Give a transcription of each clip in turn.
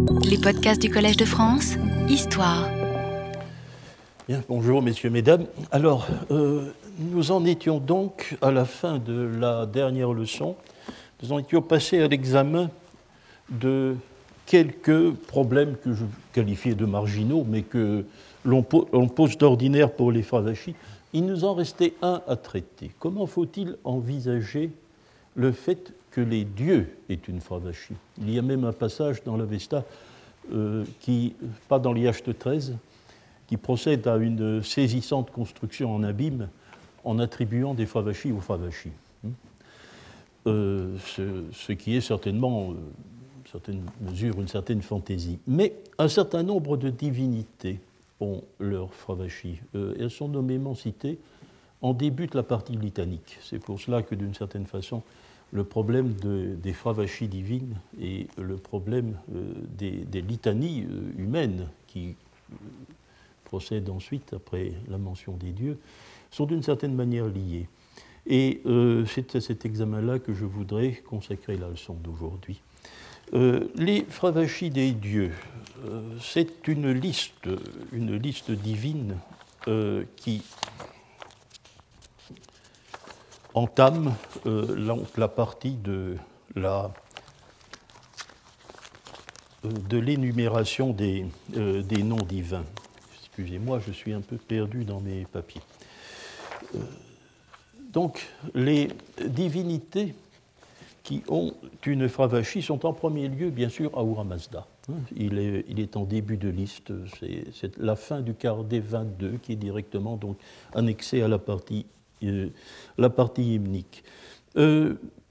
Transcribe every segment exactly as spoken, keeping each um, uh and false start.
Les podcasts du Collège de France, Histoire. Bien, bonjour messieurs, mesdames. Alors, euh, nous en étions donc à la fin de la dernière leçon. Nous en étions passés à l'examen de quelques problèmes que je qualifiais de marginaux, mais que l'on pose d'ordinaire pour les Fravachis. Il nous en restait un à traiter. Comment faut-il envisager le fait que les dieux aient une Fravachie? Il y a même un passage dans l'Avesta, euh, qui, pas dans l'I H treize, qui procède à une saisissante construction en abîme en attribuant des Fravachis aux Fravachis. Euh, ce, ce qui est certainement, euh, une certaine mesure, une certaine fantaisie. Mais un certain nombre de divinités ont leur Fravachis. Euh, elles sont nommément citées en début de la partie litanique. C'est pour cela que, d'une certaine façon, le problème de, des Fravachis divines et le problème euh, des, des litanies euh, humaines qui euh, procèdent ensuite, après la mention des dieux, sont d'une certaine manière liés. Et euh, c'est à cet examen-là que je voudrais consacrer la leçon d'aujourd'hui. Euh, les Fravachis des dieux, euh, c'est une liste, une liste divine euh, qui entame euh, la, la partie de la de l'énumération des, euh, des noms divins. Excusez-moi, je suis un peu perdu dans mes papiers. Euh, donc, les divinités qui ont une Fravachie sont en premier lieu, bien sûr, Ahura Mazda. Il est, il est en début de liste, c'est, c'est la fin du Cardé vingt-deux qui est directement donc annexée à la partie, euh, la partie hymnique. Euh,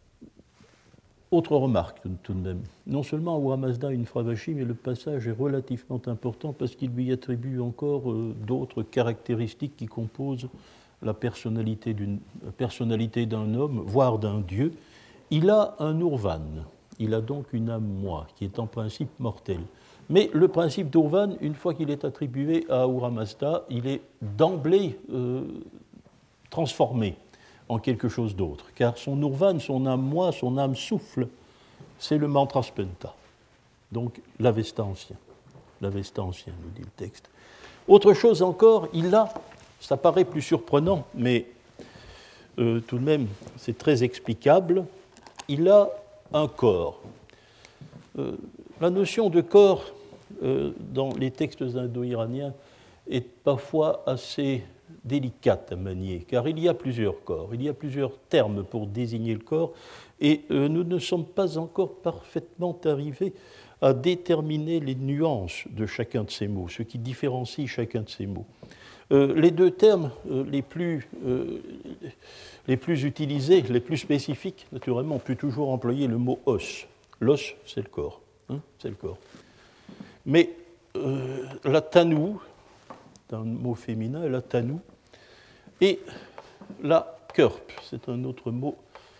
Autre remarque, tout de même. Non seulement Ahura Mazda a une Fravachie, mais le passage est relativement important parce qu'il lui attribue encore euh, d'autres caractéristiques qui composent la personnalité, d'une, la personnalité d'un homme, voire d'un dieu. Il a un Urvan, il a donc une âme moi, qui est en principe mortelle. Mais le principe d'Urvan, une fois qu'il est attribué à Ahura Mazda, il est d'emblée euh, transformé en quelque chose d'autre, car son Urvan, son âme moi, son âme souffle, c'est le mantra Spenta, donc l'Avesta ancien. L'Avesta ancien, nous dit le texte. Autre chose encore, il a, ça paraît plus surprenant, mais euh, tout de même c'est très explicable, il a un corps. Euh, la notion de corps euh, dans les textes indo-iraniens est parfois assez délicate à manier, car il y a plusieurs corps, il y a plusieurs termes pour désigner le corps, et euh, nous ne sommes pas encore parfaitement arrivés à déterminer les nuances de chacun de ces mots, ce qui différencie chacun de ces mots. Euh, les deux termes euh, les, plus, euh, les plus utilisés, les plus spécifiques, naturellement, on peut toujours employer le mot os. L'os, c'est le corps. Hein, c'est le corps. Mais euh, la tanou, c'est un mot féminin, la tanou, et la körp, c'est un autre mot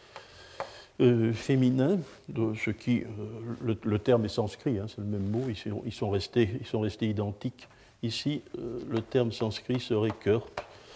euh, féminin, de ce qui, euh, le, le terme est sanskrit, hein, c'est le même mot, ils sont, ils sont, restés, ils sont restés identiques. Ici, euh, le terme sanskrit serait körp.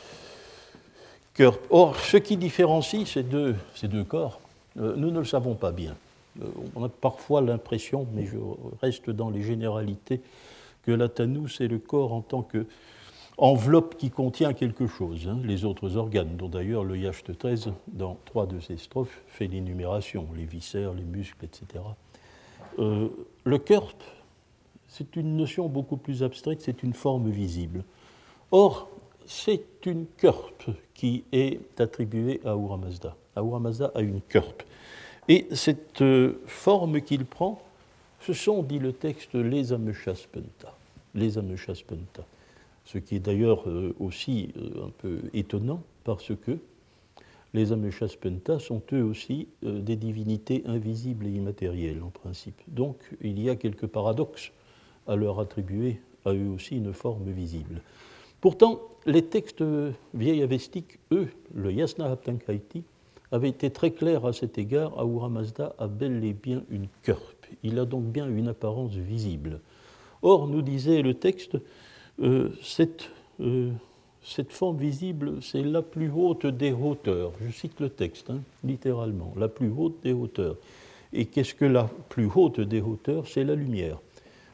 körp. Or, ce qui différencie ces deux, ces deux corps, euh, nous ne le savons pas bien. Euh, on a parfois l'impression, mais je reste dans les généralités, que la tanou, c'est le corps en tant qu'enveloppe qui contient quelque chose, hein, les autres organes, dont d'ailleurs le Yacht treize, dans trois de ses strophes, fait l'énumération, les viscères, les muscles, et cetera. Euh, le körp, c'est une notion beaucoup plus abstraite, c'est une forme visible. Or, c'est une körp qui est attribuée à Ahura Mazda. Ahura Mazda a une körp. Et cette euh, forme qu'il prend, ce sont, dit le texte, les Ameshaspenta. Les Ameshaspenta. Ce qui est d'ailleurs euh, aussi euh, un peu étonnant, parce que les Ameshaspenta sont eux aussi euh, des divinités invisibles et immatérielles, en principe. Donc, il y a quelques paradoxes à leur attribuer à eux aussi une forme visible. Pourtant, les textes vieils avestiques, eux, le Yasna Haptankaiti, avaient été très clairs à cet égard. Ahura Mazda a bel et bien une körp. Il a donc bien une apparence visible. Or, nous disait le texte, euh, cette, euh, cette forme visible, c'est la plus haute des hauteurs. Je cite le texte, hein, littéralement, la plus haute des hauteurs. Et qu'est-ce que la plus haute des hauteurs? C'est la lumière.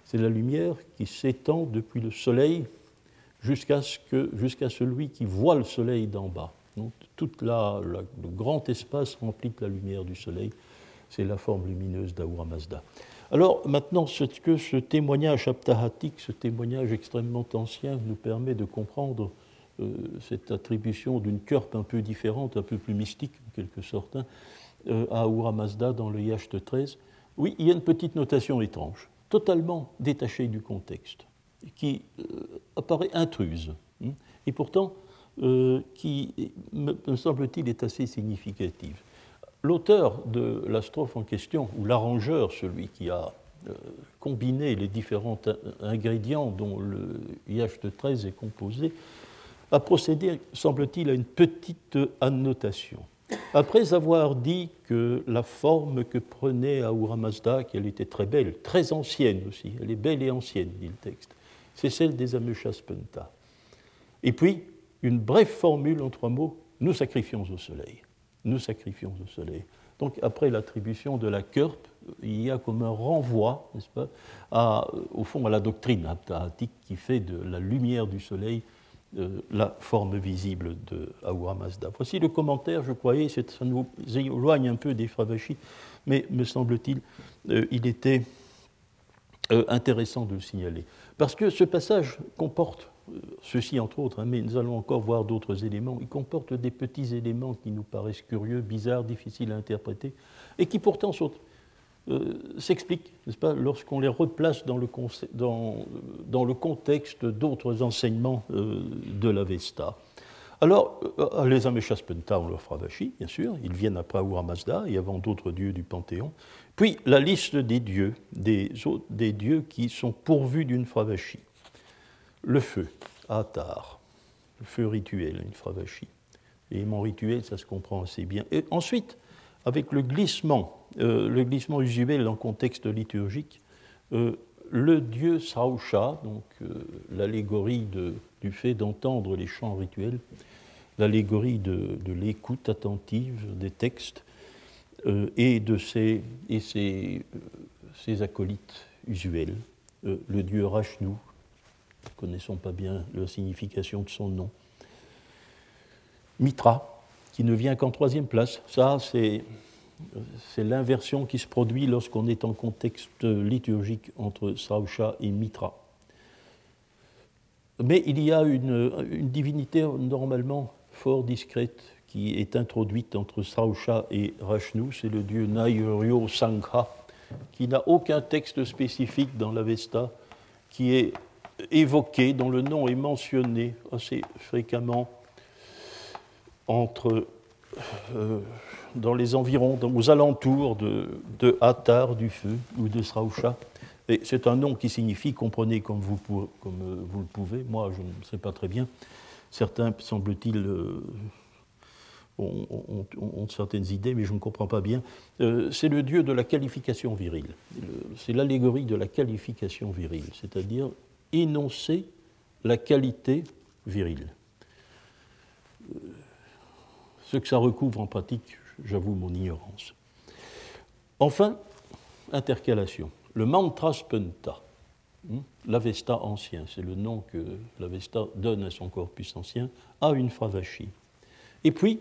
c'est la lumière qui s'étend depuis le soleil jusqu'à ce que, jusqu'à celui qui voit le soleil d'en bas. Donc, tout la, la, le grand espace rempli de la lumière du soleil, c'est la forme lumineuse d'Ahura Mazda. Alors maintenant, ce que ce témoignage aptahatique, ce témoignage extrêmement ancien, nous permet de comprendre euh, cette attribution d'une Körp un peu différente, un peu plus mystique en quelque sorte, hein, euh, à Ahura Mazda dans le Yacht treize. Oui, il y a une petite notation étrange, totalement détachée du contexte, qui euh, apparaît intruse, hein, et pourtant euh, qui, me, me semble-t-il, est assez significative. L'auteur de la strophe en question, ou l'arrangeur, celui qui a euh, combiné les différents ingrédients dont le Yacht treize est composé, a procédé, semble-t-il, à une petite annotation. Après avoir dit que la forme que prenait Ahura Mazda, qu'elle était très belle, très ancienne aussi, elle est belle et ancienne, dit le texte, c'est celle des Ameshaspenta. Et puis, une brève formule en trois mots, nous sacrifions au soleil. Nous sacrifions au soleil. Donc, après l'attribution de la Körp, il y a comme un renvoi, n'est-ce pas, à, au fond, à la doctrine aptahatique qui fait de la lumière du soleil euh, la forme visible de Ahura Mazda. Voici le commentaire, je croyais, ça nous éloigne un peu des Fravashi, mais me semble-t-il, euh, il était euh, intéressant de le signaler. Parce que ce passage comporte ceci entre autres, hein, mais nous allons encore voir d'autres éléments. Il comporte des petits éléments qui nous paraissent curieux, bizarres, difficiles à interpréter, et qui pourtant sont, euh, s'expliquent, n'est-ce pas, lorsqu'on les replace dans le, dans, dans le contexte d'autres enseignements euh, de l'Avesta. Alors, euh, les Ameshaspenta ont leur Fravashi, bien sûr, ils viennent après Ahura Mazda et avant d'autres dieux du Panthéon. Puis la liste des dieux, des, des dieux qui sont pourvus d'une Fravashi. Le feu, Atar, le feu rituel, une Fravashi. L'élément rituel, ça se comprend assez bien. Et ensuite, avec le glissement, euh, le glissement usuel en contexte liturgique, euh, le dieu Srausha, donc euh, l'allégorie de, du fait d'entendre les chants rituels, l'allégorie de, de l'écoute attentive des textes euh, et de ses, et ses, euh, ses acolytes usuels, euh, le dieu Rashnu, ne connaissons pas bien la signification de son nom. Mitra, qui ne vient qu'en troisième place. Ça, c'est, c'est l'inversion qui se produit lorsqu'on est en contexte liturgique entre Srausha et Mitra. Mais il y a une, une divinité normalement fort discrète qui est introduite entre Srausha et Rashnu, c'est le dieu Nairyo Sangha, qui n'a aucun texte spécifique dans l'Avesta, qui est évoqué, dont le nom est mentionné assez fréquemment entre, euh, dans les environs, dans, aux alentours de, de Atar, du feu, ou de Srausha. Et c'est un nom qui signifie, comprenez comme vous, pour, comme euh, vous le pouvez, moi je ne sais pas très bien, certains, semble-t-il, euh, ont, ont, ont certaines idées, mais je ne comprends pas bien. Euh, c'est le dieu de la qualification virile. Le, c'est l'allégorie de la qualification virile, c'est-à-dire énoncer la qualité virile. Euh, ce que ça recouvre en pratique, j'avoue mon ignorance. Enfin, intercalation. Le mantra spenta, hein, l'Avesta ancien, c'est le nom que l'Avesta donne à son corpus ancien, a une Fravashi. Et puis,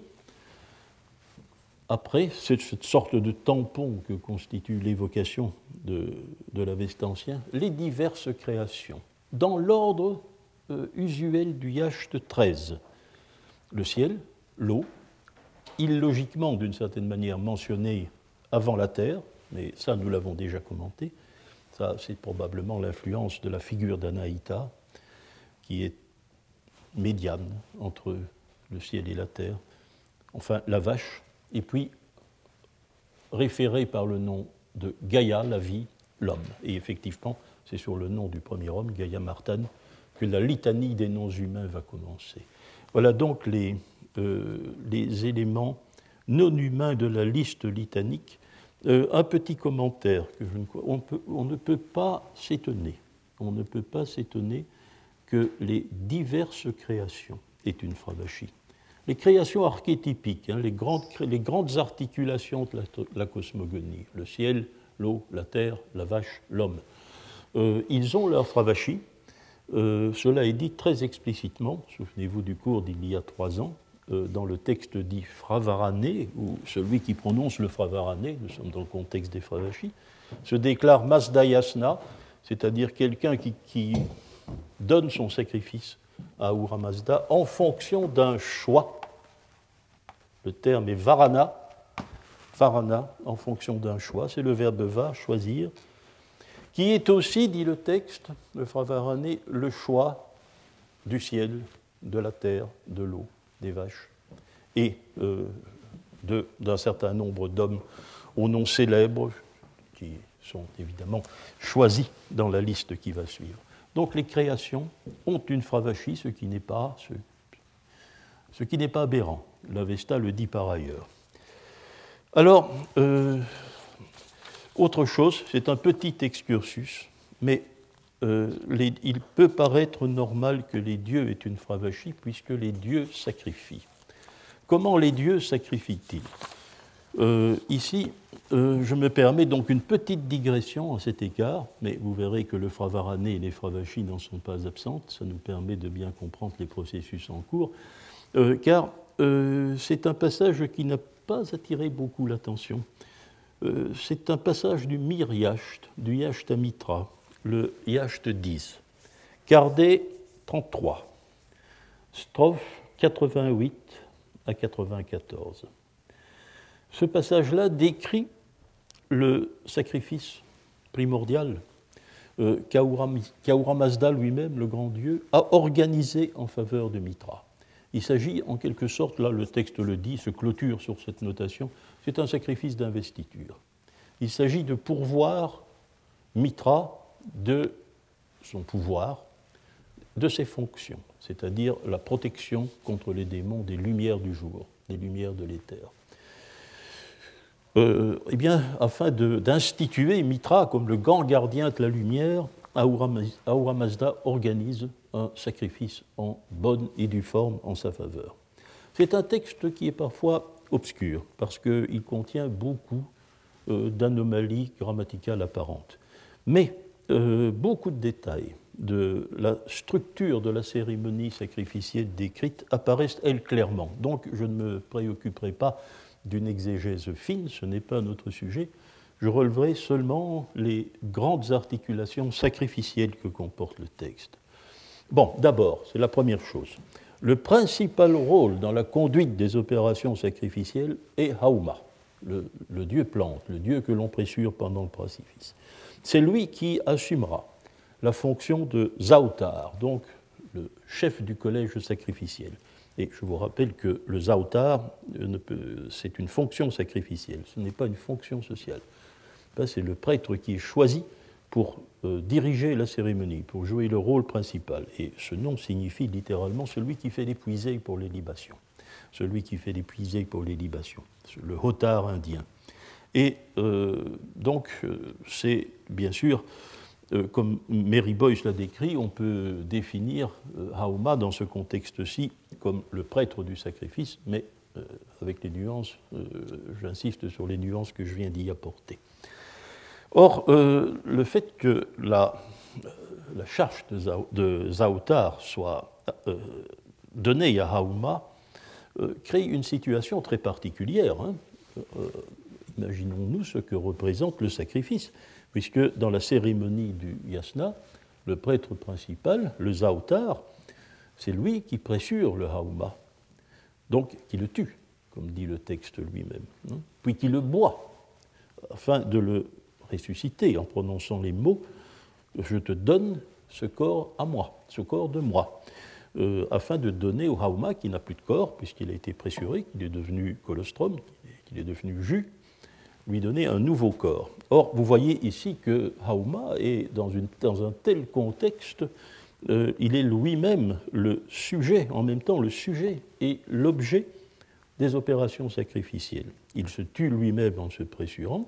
après, cette, cette sorte de tampon que constitue l'évocation de, de l'Avesta ancien, les diverses créations, dans l'ordre euh, usuel du Yacht treize. Le ciel, l'eau, illogiquement d'une certaine manière mentionné avant la terre, mais ça nous l'avons déjà commenté, ça c'est probablement l'influence de la figure d'Anahita, qui est médiane entre le ciel et la terre, enfin la vache, et puis référé par le nom de Gaïa, la vie, l'homme. Et effectivement, c'est sur le nom du premier homme, Gaïa Martan, que la litanie des noms humains va commencer. Voilà donc les, euh, les éléments non humains de la liste litanique. Euh, un petit commentaire, que je ne, on, peut, on ne peut pas s'étonner, on ne peut pas s'étonner que les diverses créations aient une Fravashi. Les créations archétypiques, hein, les, grandes, les grandes articulations de la, la cosmogonie, le ciel, l'eau, la terre, la vache, l'homme, euh, ils ont leur Fravashi. Euh, cela est dit très explicitement, souvenez-vous du cours d'il y a trois ans, euh, dans le texte dit Fravarane, où celui qui prononce le Fravarane, nous sommes dans le contexte des Fravashi, se déclare Mazdayasna, c'est-à-dire quelqu'un qui, qui donne son sacrifice à Ahura Mazda en fonction d'un choix. Le terme est Varana, Varana, en fonction d'un choix, c'est le verbe va, choisir, qui est aussi, dit le texte, le Fravarane, le choix du ciel, de la terre, de l'eau, des vaches, et euh, de, d'un certain nombre d'hommes aux noms célèbres, qui sont évidemment choisis dans la liste qui va suivre. Donc les créations ont une Fravashi, ce qui n'est pas, ce, ce qui n'est pas aberrant. L'Avesta le dit par ailleurs. Alors, euh, autre chose, c'est un petit excursus, mais euh, les, il peut paraître normal que les dieux aient une Fravashi puisque les dieux sacrifient. Comment les dieux sacrifient-ils ? euh, Ici, euh, je me permets donc une petite digression à cet égard, mais vous verrez que le Fravarane et les Fravashi n'en sont pas absentes, ça nous permet de bien comprendre les processus en cours, euh, car euh, c'est un passage qui n'a pas attiré beaucoup l'attention. Euh, c'est un passage du Mir Yacht, du Yashtamitra, le Yacht dix, Cardé trente-trois, strophe quatre-vingt-huit à quatre-vingt-quatorze. Ce passage-là décrit le sacrifice primordial euh, qu'Ahura, qu'Ahura Mazda lui-même, le grand dieu, a organisé en faveur de Mitra. Il s'agit en quelque sorte, là le texte le dit, se clôture sur cette notation, c'est un sacrifice d'investiture. Il s'agit de pourvoir Mitra de son pouvoir, de ses fonctions, c'est-à-dire la protection contre les démons des lumières du jour, des lumières de l'éther. Euh, eh bien, afin de, d'instituer Mitra comme le grand gardien de la lumière, Ahura, Ahura Mazda organise un sacrifice en bonne et due forme en sa faveur. C'est un texte qui est parfois obscur, parce qu'il contient beaucoup euh, d'anomalies grammaticales apparentes. Mais euh, beaucoup de détails de la structure de la cérémonie sacrificielle décrite apparaissent, elles, clairement. Donc, je ne me préoccuperai pas d'une exégèse fine, ce n'est pas notre sujet. Je releverai seulement les grandes articulations sacrificielles que comporte le texte. Bon, d'abord, c'est la première chose. Le principal rôle dans la conduite des opérations sacrificielles est Hauma, le, le dieu plante, le dieu que l'on pressure pendant le sacrifice. C'est lui qui assumera la fonction de Zautar, donc le chef du collège sacrificiel. Et je vous rappelle que le Zautar, c'est une fonction sacrificielle, ce n'est pas une fonction sociale. C'est le prêtre qui est choisi pour euh, diriger la cérémonie, pour jouer le rôle principal. Et ce nom signifie littéralement celui qui fait les puisées pour les libations. Celui qui fait les puisées pour les libations, le hotar indien. Et euh, donc, euh, c'est bien sûr, euh, comme Mary Boyce l'a décrit, on peut définir euh, Hauma dans ce contexte-ci comme le prêtre du sacrifice, mais euh, avec les nuances, euh, j'insiste sur les nuances que je viens d'y apporter. Or, euh, le fait que la, la charge de Zautar soit euh, donnée à Hauma euh, crée une situation très particulière. Hein. Euh, imaginons-nous ce que représente le sacrifice, puisque dans la cérémonie du Yasna, le prêtre principal, le Zautar, c'est lui qui pressure le Hauma, donc qui le tue, comme dit le texte lui-même, hein, puis qui le boit, afin de le ressuscité en prononçant les mots « je te donne ce corps à moi, ce corps de moi euh, », afin de donner au Hauma, qui n'a plus de corps, puisqu'il a été pressuré, qu'il est devenu colostrum, qu'il est devenu jus, lui donner un nouveau corps. Or, vous voyez ici que Hauma est dans, une, dans un tel contexte, euh, il est lui-même le sujet, en même temps le sujet et l'objet des opérations sacrificielles. Il se tue lui-même en se pressurant,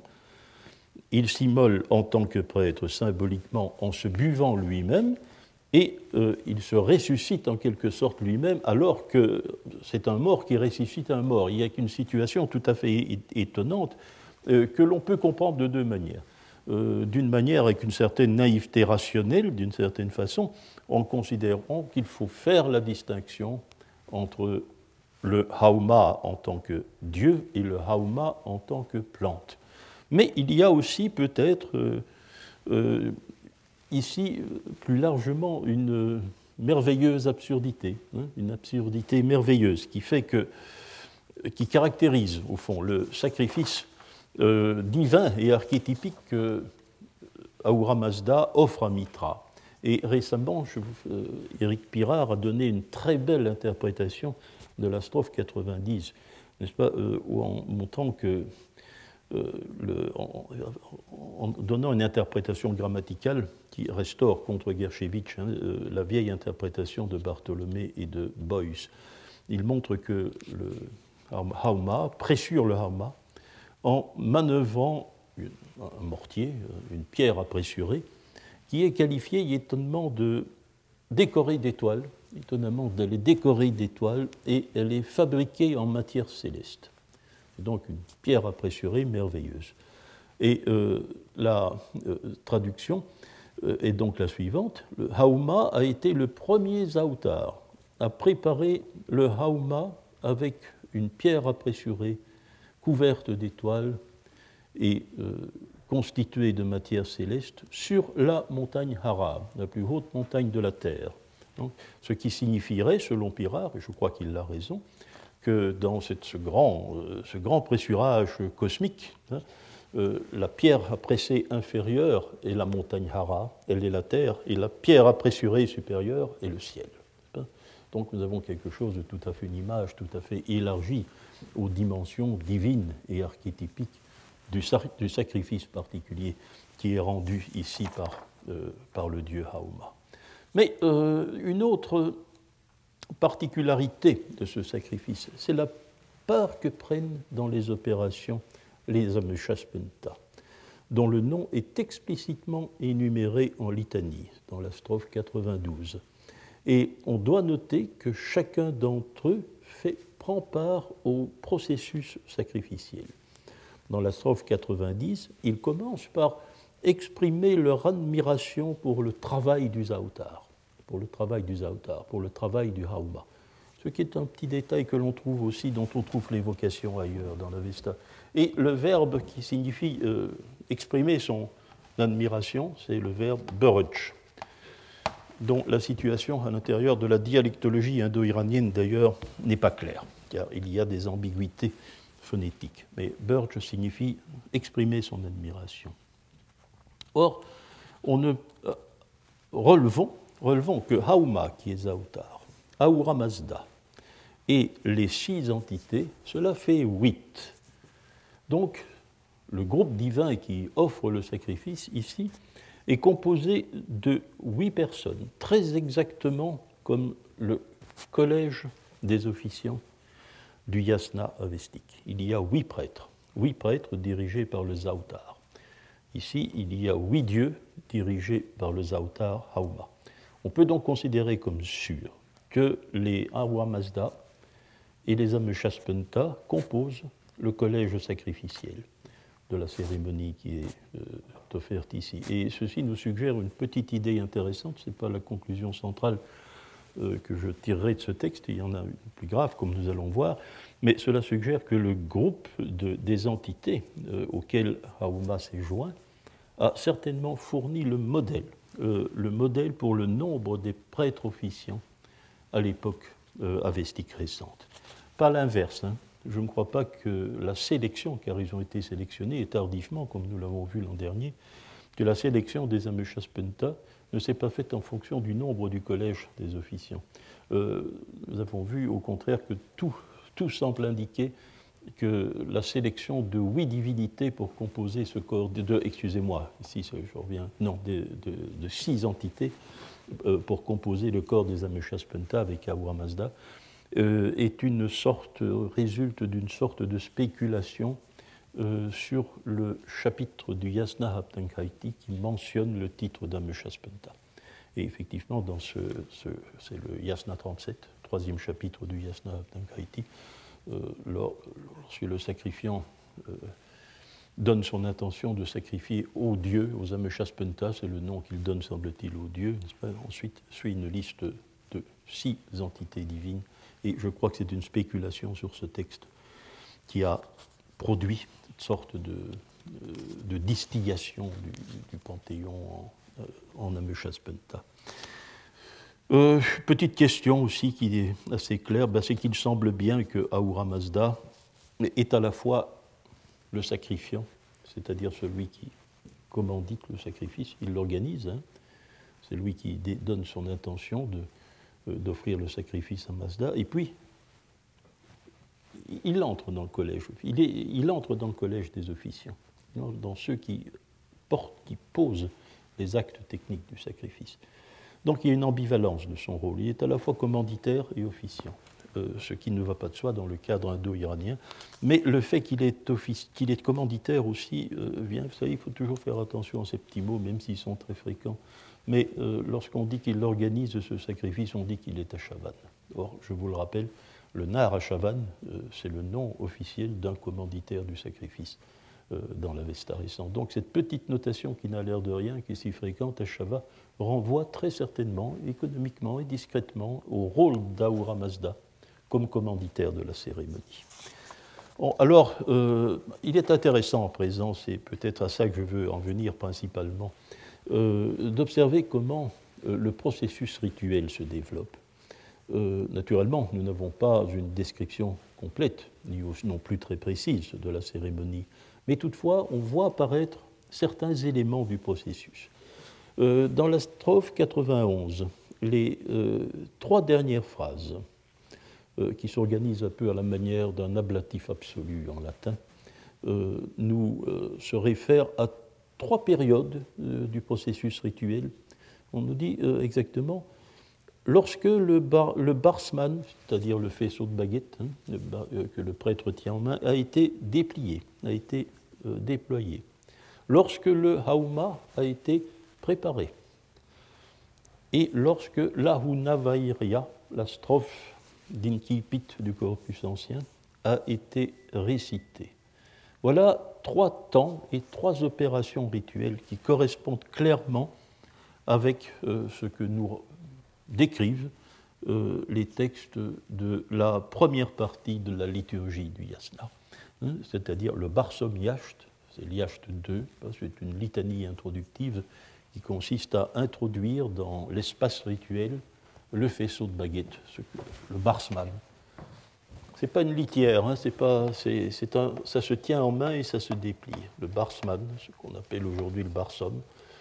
il s'immole en tant que prêtre symboliquement en se buvant lui-même, et euh, il se ressuscite en quelque sorte lui-même, alors que c'est un mort qui ressuscite un mort. Il y a une situation tout à fait étonnante euh, que l'on peut comprendre de deux manières. euh, d'une manière avec une certaine naïveté rationnelle, d'une certaine façon, en considérant qu'il faut faire la distinction entre le hauma en tant que dieu et le hauma en tant que plante. Mais il y a aussi peut-être euh, euh, ici plus largement une merveilleuse absurdité, hein, une absurdité merveilleuse qui fait que, qui caractérise au fond le sacrifice euh, divin et archétypique que Ahura Mazda offre à Mitra. Et récemment, je, euh, Éric Pirard a donné une très belle interprétation de la strophe quatre-vingt-dix, n'est-ce pas, euh, en montrant que, euh, le, en, en donnant une interprétation grammaticale qui restaure contre Gershevitch hein, euh, la vieille interprétation de Bartholomé et de Boyce. Il montre que le hauma pressure le hauma en manœuvrant une, un mortier, une pierre à pressurer, qui est qualifiée étonnamment de décorée d'étoiles, étonnamment elle est décorée d'étoiles et elle est fabriquée en matière céleste. C'est donc une pierre à pressurer merveilleuse. Et euh, la euh, traduction euh, est donc la suivante. Le hauma a été le premier zaoutar à préparer le hauma avec une pierre à pressurer couverte d'étoiles et euh, constituée de matière céleste sur la montagne Hara, la plus haute montagne de la Terre. Donc, ce qui signifierait, selon Pirard, et je crois qu'il a raison, que dans cette, ce, grand, euh, ce grand pressurage cosmique, hein, euh, la pierre à presser inférieure est la montagne Hara, elle est la Terre, et la pierre à pressurer supérieure est le ciel. Donc nous avons quelque chose de tout à fait, une image tout à fait élargie aux dimensions divines et archétypiques du, du sacrifice particulier qui est rendu ici par, euh, par le dieu Hauma. Mais euh, une autre particularité de ce sacrifice, c'est la part que prennent dans les opérations les Ameshaspenta, dont le nom est explicitement énuméré en litanie, dans la strophe quatre-vingt-douze. Et on doit noter que chacun d'entre eux fait, prend part au processus sacrificiel. Dans la strophe quatre-vingt-dix, ils commencent par exprimer leur admiration pour le travail du Zaoutar, pour le travail du Zaoutar, pour le travail du Hauma. Ce qui est un petit détail que l'on trouve aussi, dont on trouve l'évocation ailleurs dans l'Avesta. Et le verbe qui signifie euh, exprimer son admiration, c'est le verbe berutch, dont la situation à l'intérieur de la dialectologie indo-iranienne d'ailleurs n'est pas claire, car il y a des ambiguïtés phonétiques. Mais berutch signifie exprimer son admiration. Or, on ne, euh, relevons, relevons que Hauma, qui est Zaoutar, Ahura Mazda, et les six entités, cela fait huit. Donc, le groupe divin qui offre le sacrifice ici est composé de huit personnes, très exactement comme le collège des officiants du yasna avestique. Il y a huit prêtres, huit prêtres dirigés par le Zaoutar. Ici, il y a huit dieux dirigés par le Zaoutar Hauma. On peut donc considérer comme sûr que les Ahura Mazda et les Ameshaspenta composent le collège sacrificiel de la cérémonie qui est euh, offerte ici. Et ceci nous suggère une petite idée intéressante, ce n'est pas la conclusion centrale euh, que je tirerai de ce texte, il y en a une plus grave, comme nous allons voir, mais cela suggère que le groupe de, des entités euh, auxquelles Hauma s'est joint a certainement fourni le modèle, euh, le modèle pour le nombre des prêtres officiants à l'époque euh, avestique récente. Pas l'inverse, hein. Je ne crois pas que la sélection, car ils ont été sélectionnés, et tardivement, comme nous l'avons vu l'an dernier, que la sélection des Ameshaspenta ne s'est pas faite en fonction du nombre du collège des officiants. Euh, nous avons vu, au contraire, que tout, tout semble indiquer que la sélection de huit divinités pour composer ce corps, de, de excusez-moi, ici je reviens, non, de, de, de six entités euh, pour composer le corps des Ameshaspenta avec Ahura Mazda, Euh, est une sorte, résulte d'une sorte de spéculation euh, sur le chapitre du Yasna Haptankaiti qui mentionne le titre d'Ameshaspenta. Et effectivement, dans ce, ce, c'est le Yasna trente-sept, troisième chapitre du Yasna Haptankaiti, euh, lorsque le sacrifiant euh, donne son intention de sacrifier aux dieux, aux Ameshaspenta, c'est le nom qu'il donne, semble-t-il, aux dieux. N'est-ce pas? Ensuite suit une liste de six entités divines, et je crois que c'est une spéculation sur ce texte qui a produit une sorte de, de distillation du, du panthéon en, en Ameshaspenta. Euh, petite question aussi qui est assez claire, ben c'est qu'il semble bien que Ahura Mazda est à la fois le sacrifiant, c'est-à-dire celui qui commandite le sacrifice, il l'organise, hein. C'est lui qui donne son intention de, euh, d'offrir le sacrifice à Mazda, et puis il entre dans le collège, il, est, il entre dans le collège des officiants, dans ceux qui portent, qui posent les actes techniques du sacrifice. Donc il y a une ambivalence de son rôle, il est à la fois commanditaire et officiant. Euh, ce qui ne va pas de soi dans le cadre indo-iranien, mais le fait qu'il est, offici- qu'il est commanditaire aussi euh, vient, vous savez, il faut toujours faire attention à ces petits mots, même s'ils sont très fréquents, mais euh, lorsqu'on dit qu'il organise ce sacrifice, on dit qu'il est à Chavan. Or, je vous le rappelle, le Nar à Chavan, euh, c'est le nom officiel d'un commanditaire du sacrifice euh, dans l'Avesta récent. Donc cette petite notation qui n'a l'air de rien, qui est si fréquente à Shava, renvoie très certainement, économiquement et discrètement, au rôle d'Ahura Mazda comme commanditaire de la cérémonie. Bon, alors, euh, il est intéressant en présent, c'est peut-être à ça que je veux en venir principalement, euh, d'observer comment euh, le processus rituel se développe. Euh, naturellement, nous n'avons pas une description complète, ni non plus très précise de la cérémonie, mais toutefois, on voit apparaître certains éléments du processus. Euh, dans la strophe quatre-vingt-onze, les euh, trois dernières phrases, Euh, qui s'organise un peu à la manière d'un ablatif absolu en latin, euh, nous euh, se réfère à trois périodes euh, du processus rituel. On nous dit euh, exactement, lorsque le, bar, le barsman, c'est-à-dire le faisceau de baguette hein, le bar, euh, que le prêtre tient en main, a été déplié, a été euh, déployé. Lorsque le hauma a été préparé. Et lorsque l'ahunavairia, la strophe d'Inkipit du corpus ancien, a été récité. Voilà trois temps et trois opérations rituelles qui correspondent clairement avec euh, ce que nous décrivent euh, les textes de la première partie de la liturgie du yasna, hein, c'est-à-dire le Barsom Yacht, c'est l'Yacht deux, c'est une litanie introductive qui consiste à introduire dans l'espace rituel le faisceau de baguette, ce que, le barsman. Ce n'est pas une litière, hein, c'est pas, c'est, c'est un, ça se tient en main et ça se déplie. Le barsman, ce qu'on appelle aujourd'hui le barsom.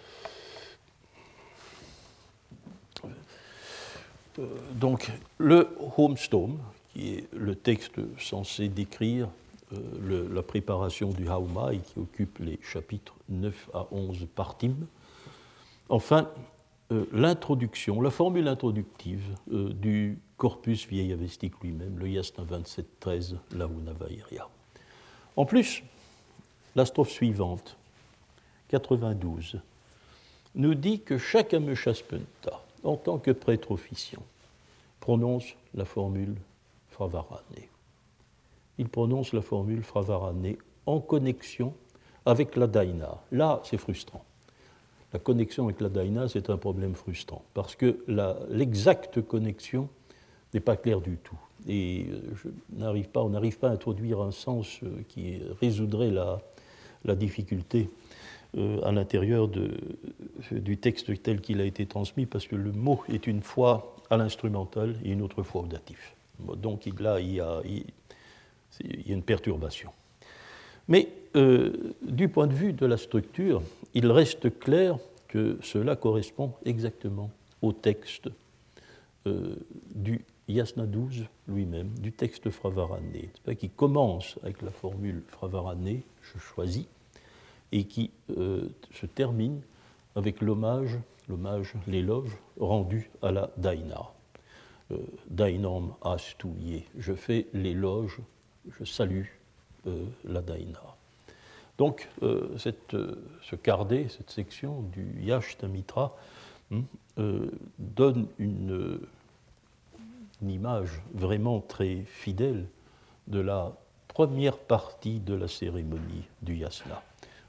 Euh, donc, le homestome, qui est le texte censé décrire euh, le, la préparation du hauma et qui occupe les chapitres neuf à onze partim. Enfin, Euh, l'introduction, la formule introductive euh, du corpus vieil avestique lui-même, le yasna vingt-sept treize, l'ahunavairia. En plus, la strophe suivante, quatre-vingt-douze, nous dit que chaque Ameshaspenta, en tant que prêtre officiant, prononce la formule fravarane. Il prononce la formule fravarane en connexion avec la daina. Là, c'est frustrant. La connexion avec la daina, c'est un problème frustrant, parce que la, l'exacte connexion n'est pas claire du tout. Et je n'arrive pas, on n'arrive pas à introduire un sens qui résoudrait la, la difficulté euh, à l'intérieur de, du texte tel qu'il a été transmis, parce que le mot est une fois à l'instrumental et une autre fois au datif. Donc là, il y a, il, il y a une perturbation. Mais euh, du point de vue de la structure, il reste clair que cela correspond exactement au texte euh, du yasna douze lui-même, du texte fravarane, qui commence avec la formule fravarane, je choisis, et qui euh, se termine avec l'hommage, l'hommage, l'éloge rendu à la daina. Euh, Dainam astu ye, je fais l'éloge, je salue euh, la daina. Donc, euh, cette, euh, ce cardé, cette section du Yashtamitra hein, euh, donne une, une image vraiment très fidèle de la première partie de la cérémonie du yasna.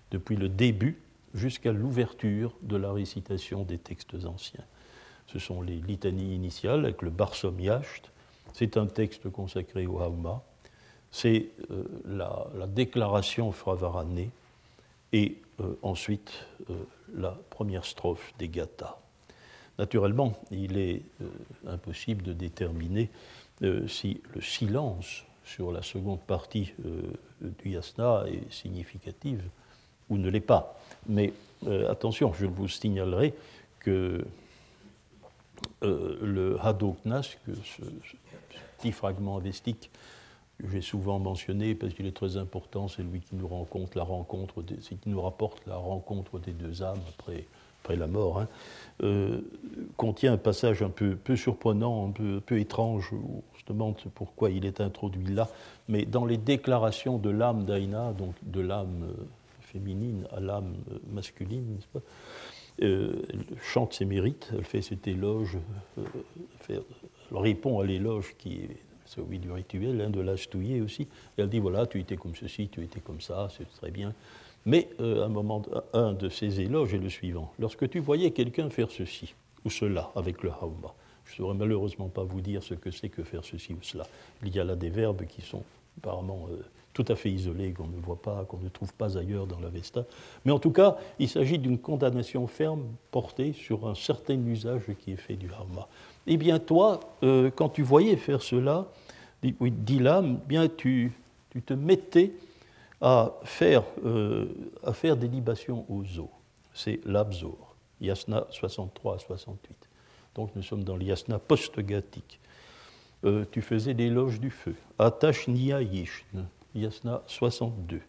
depuis le début jusqu'à l'ouverture de la récitation des textes anciens. Ce sont les litanies initiales avec le Barsom Yacht. C'est un texte consacré au Hauma. C'est euh, la, la déclaration Fravaranné et euh, ensuite euh, la première strophe des Gathas. Naturellement, il est euh, impossible de déterminer euh, si le silence sur la seconde partie euh, du yasna est significative ou ne l'est pas. Mais euh, attention, je vous signalerai que euh, le Hadoknas, que ce, ce petit fragment avestique que j'ai souvent mentionné parce qu'il est très important, c'est lui qui nous rencontre la rencontre, des, c'est qui nous rapporte la rencontre des deux âmes après, après la mort, hein, euh, contient un passage un peu, peu surprenant, un peu, un peu étrange, où on se demande pourquoi il est introduit là, mais dans les déclarations de l'âme d'Aïna, donc de l'âme euh, féminine à l'âme euh, masculine, n'est-ce pas, euh, elle chante ses mérites, elle fait cet éloge, euh, fait, elle répond à l'éloge qui est celui du rituel, hein, de l'Astouillé aussi, et elle dit voilà, tu étais comme ceci, tu étais comme ça, c'est très bien. Mais euh, un, moment, un de ces éloges est le suivant. Lorsque tu voyais quelqu'un faire ceci ou cela avec le hauma, je ne saurais malheureusement pas vous dire ce que c'est que faire ceci ou cela. Il y a là des verbes qui sont apparemment euh, tout à fait isolés, qu'on ne voit pas, qu'on ne trouve pas ailleurs dans l'Avesta. Mais en tout cas, il s'agit d'une condamnation ferme portée sur un certain usage qui est fait du hauma. Eh bien, toi, euh, quand tu voyais faire cela, dit, oui, dit l'âme, bien tu, tu te mettais à faire, euh, à faire des libations aux eaux. C'est l'abzor, yasna soixante-trois à soixante-huit. Donc nous sommes dans l'yasna post-gathique. Euh, tu faisais l'éloge du feu. Atash niya yishn, yasna soixante-deux.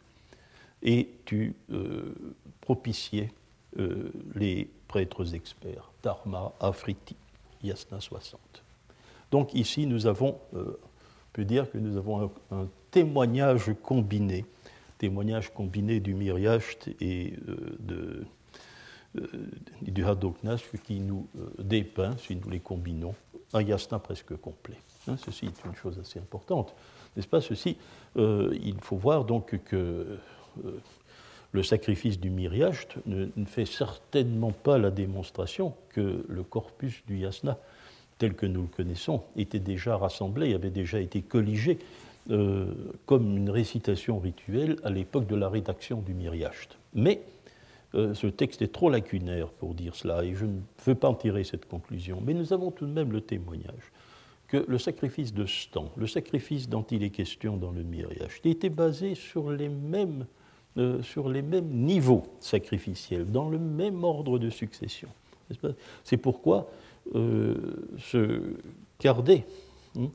Et tu euh, propitiais euh, les prêtres experts. Dharma afriti, yasna soixante. Donc ici, nous avons, euh, on peut dire que nous avons un, un témoignage combiné, témoignage combiné du Miriacht et euh, de, euh, du Hadoknas qui nous euh, dépeint, si nous les combinons, un yasna presque complet. Hein, ceci est une chose assez importante, n'est-ce pas? Ceci, euh, il faut voir donc que euh, le sacrifice du Miriacht ne, ne fait certainement pas la démonstration que le corpus du yasna, tel que nous le connaissons, était déjà rassemblé, avait déjà été colligé euh, comme une récitation rituelle à l'époque de la rédaction du Miriacht. Mais euh, ce texte est trop lacunaire pour dire cela, et je ne veux pas en tirer cette conclusion. Mais nous avons tout de même le témoignage que le sacrifice de Stan, le sacrifice dont il est question dans le Miriacht, était basé sur les mêmes, euh, sur les mêmes niveaux sacrificiels, dans le même ordre de succession. N'est-ce pas ? C'est pourquoi euh, ce Kardé, hein,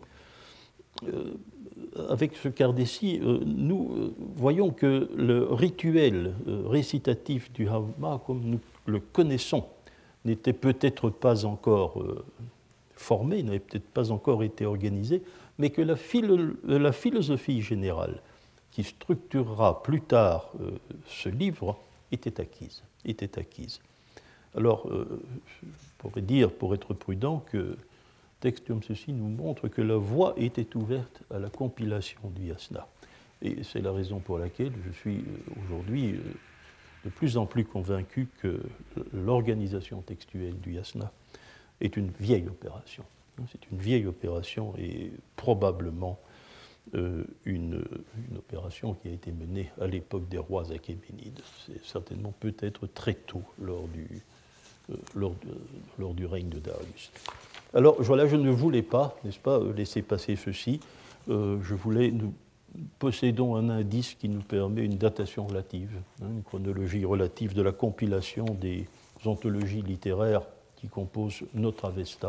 euh, avec ce Kardé-ci, euh, nous euh, voyons que le rituel euh, récitatif du Hauma, comme nous le connaissons, n'était peut-être pas encore euh, formé, n'avait peut-être pas encore été organisé, mais que la, philo- la philosophie générale qui structurera plus tard euh, ce livre était acquise. Était acquise. Alors, euh, je pourrais dire, pour être prudent, que texte comme ceci nous montre que la voie était ouverte à la compilation du yasna. Et c'est la raison pour laquelle je suis aujourd'hui de plus en plus convaincu que l'organisation textuelle du yasna est une vieille opération. C'est une vieille opération et probablement euh, une, une opération qui a été menée à l'époque des rois achéménides. C'est certainement peut-être très tôt lors du, euh, lors, de, lors du règne de Darius. Alors voilà, je ne voulais pas, n'est-ce pas, laisser passer ceci. Euh, je voulais, nous possédons un indice qui nous permet une datation relative, hein, une chronologie relative de la compilation des anthologies littéraires qui composent notre Avesta.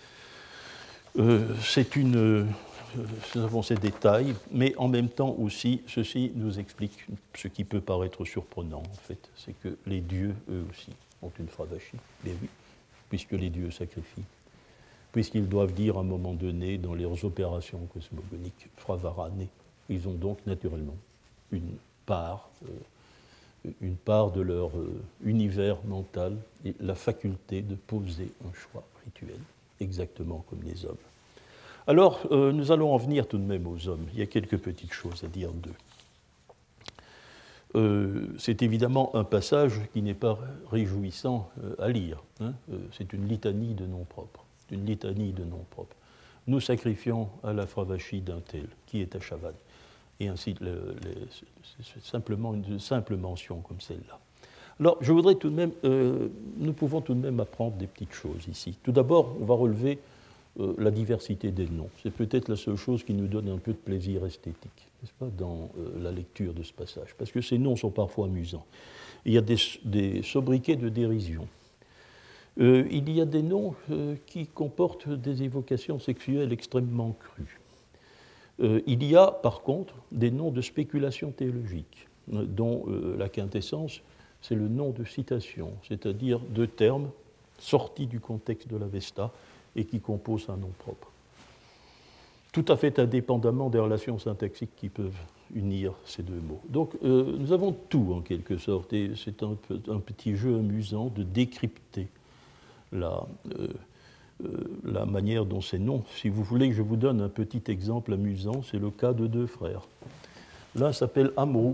Euh, c'est une, euh, nous avons ces détails, mais en même temps aussi, ceci nous explique ce qui peut paraître surprenant, en fait, c'est que les dieux, eux aussi, ont une Fravashi, mais oui, puisque les dieux sacrifient, puisqu'ils doivent dire à un moment donné, dans leurs opérations cosmogoniques, Fravarane, ils ont donc naturellement une part, euh, une part de leur euh, univers mental et la faculté de poser un choix rituel, exactement comme les hommes. Alors, euh, nous allons en venir tout de même aux hommes. Il y a quelques petites choses à dire d'eux. Euh, c'est évidemment un passage qui n'est pas réjouissant euh, à lire. Hein. Euh, c'est une litanie de noms propres. Une litanie de noms propres. Nous sacrifions à la Fravachie d'un tel, qui est à Chavannes. Et ainsi, le, le, c'est simplement une simple mention comme celle-là. Alors, je voudrais tout de même, euh, nous pouvons tout de même apprendre des petites choses ici. Tout d'abord, on va relever euh, la diversité des noms. C'est peut-être la seule chose qui nous donne un peu de plaisir esthétique, n'est-ce pas, dans euh, la lecture de ce passage, parce que ces noms sont parfois amusants. Il y a des, des sobriquets de dérision. Euh, il y a des noms euh, qui comportent des évocations sexuelles extrêmement crues. Euh, il y a, par contre, des noms de spéculation théologique, euh, dont euh, la quintessence, c'est le nom de citation, c'est-à-dire deux termes sortis du contexte de l'Avesta et qui composent un nom propre. Tout à fait indépendamment des relations syntaxiques qui peuvent unir ces deux mots. Donc euh, nous avons tout en quelque sorte, et c'est un, un petit jeu amusant de décrypter la, euh, euh, la manière dont ces noms, si vous voulez que je vous donne un petit exemple amusant, c'est le cas de deux frères. L'un s'appelle Amrou,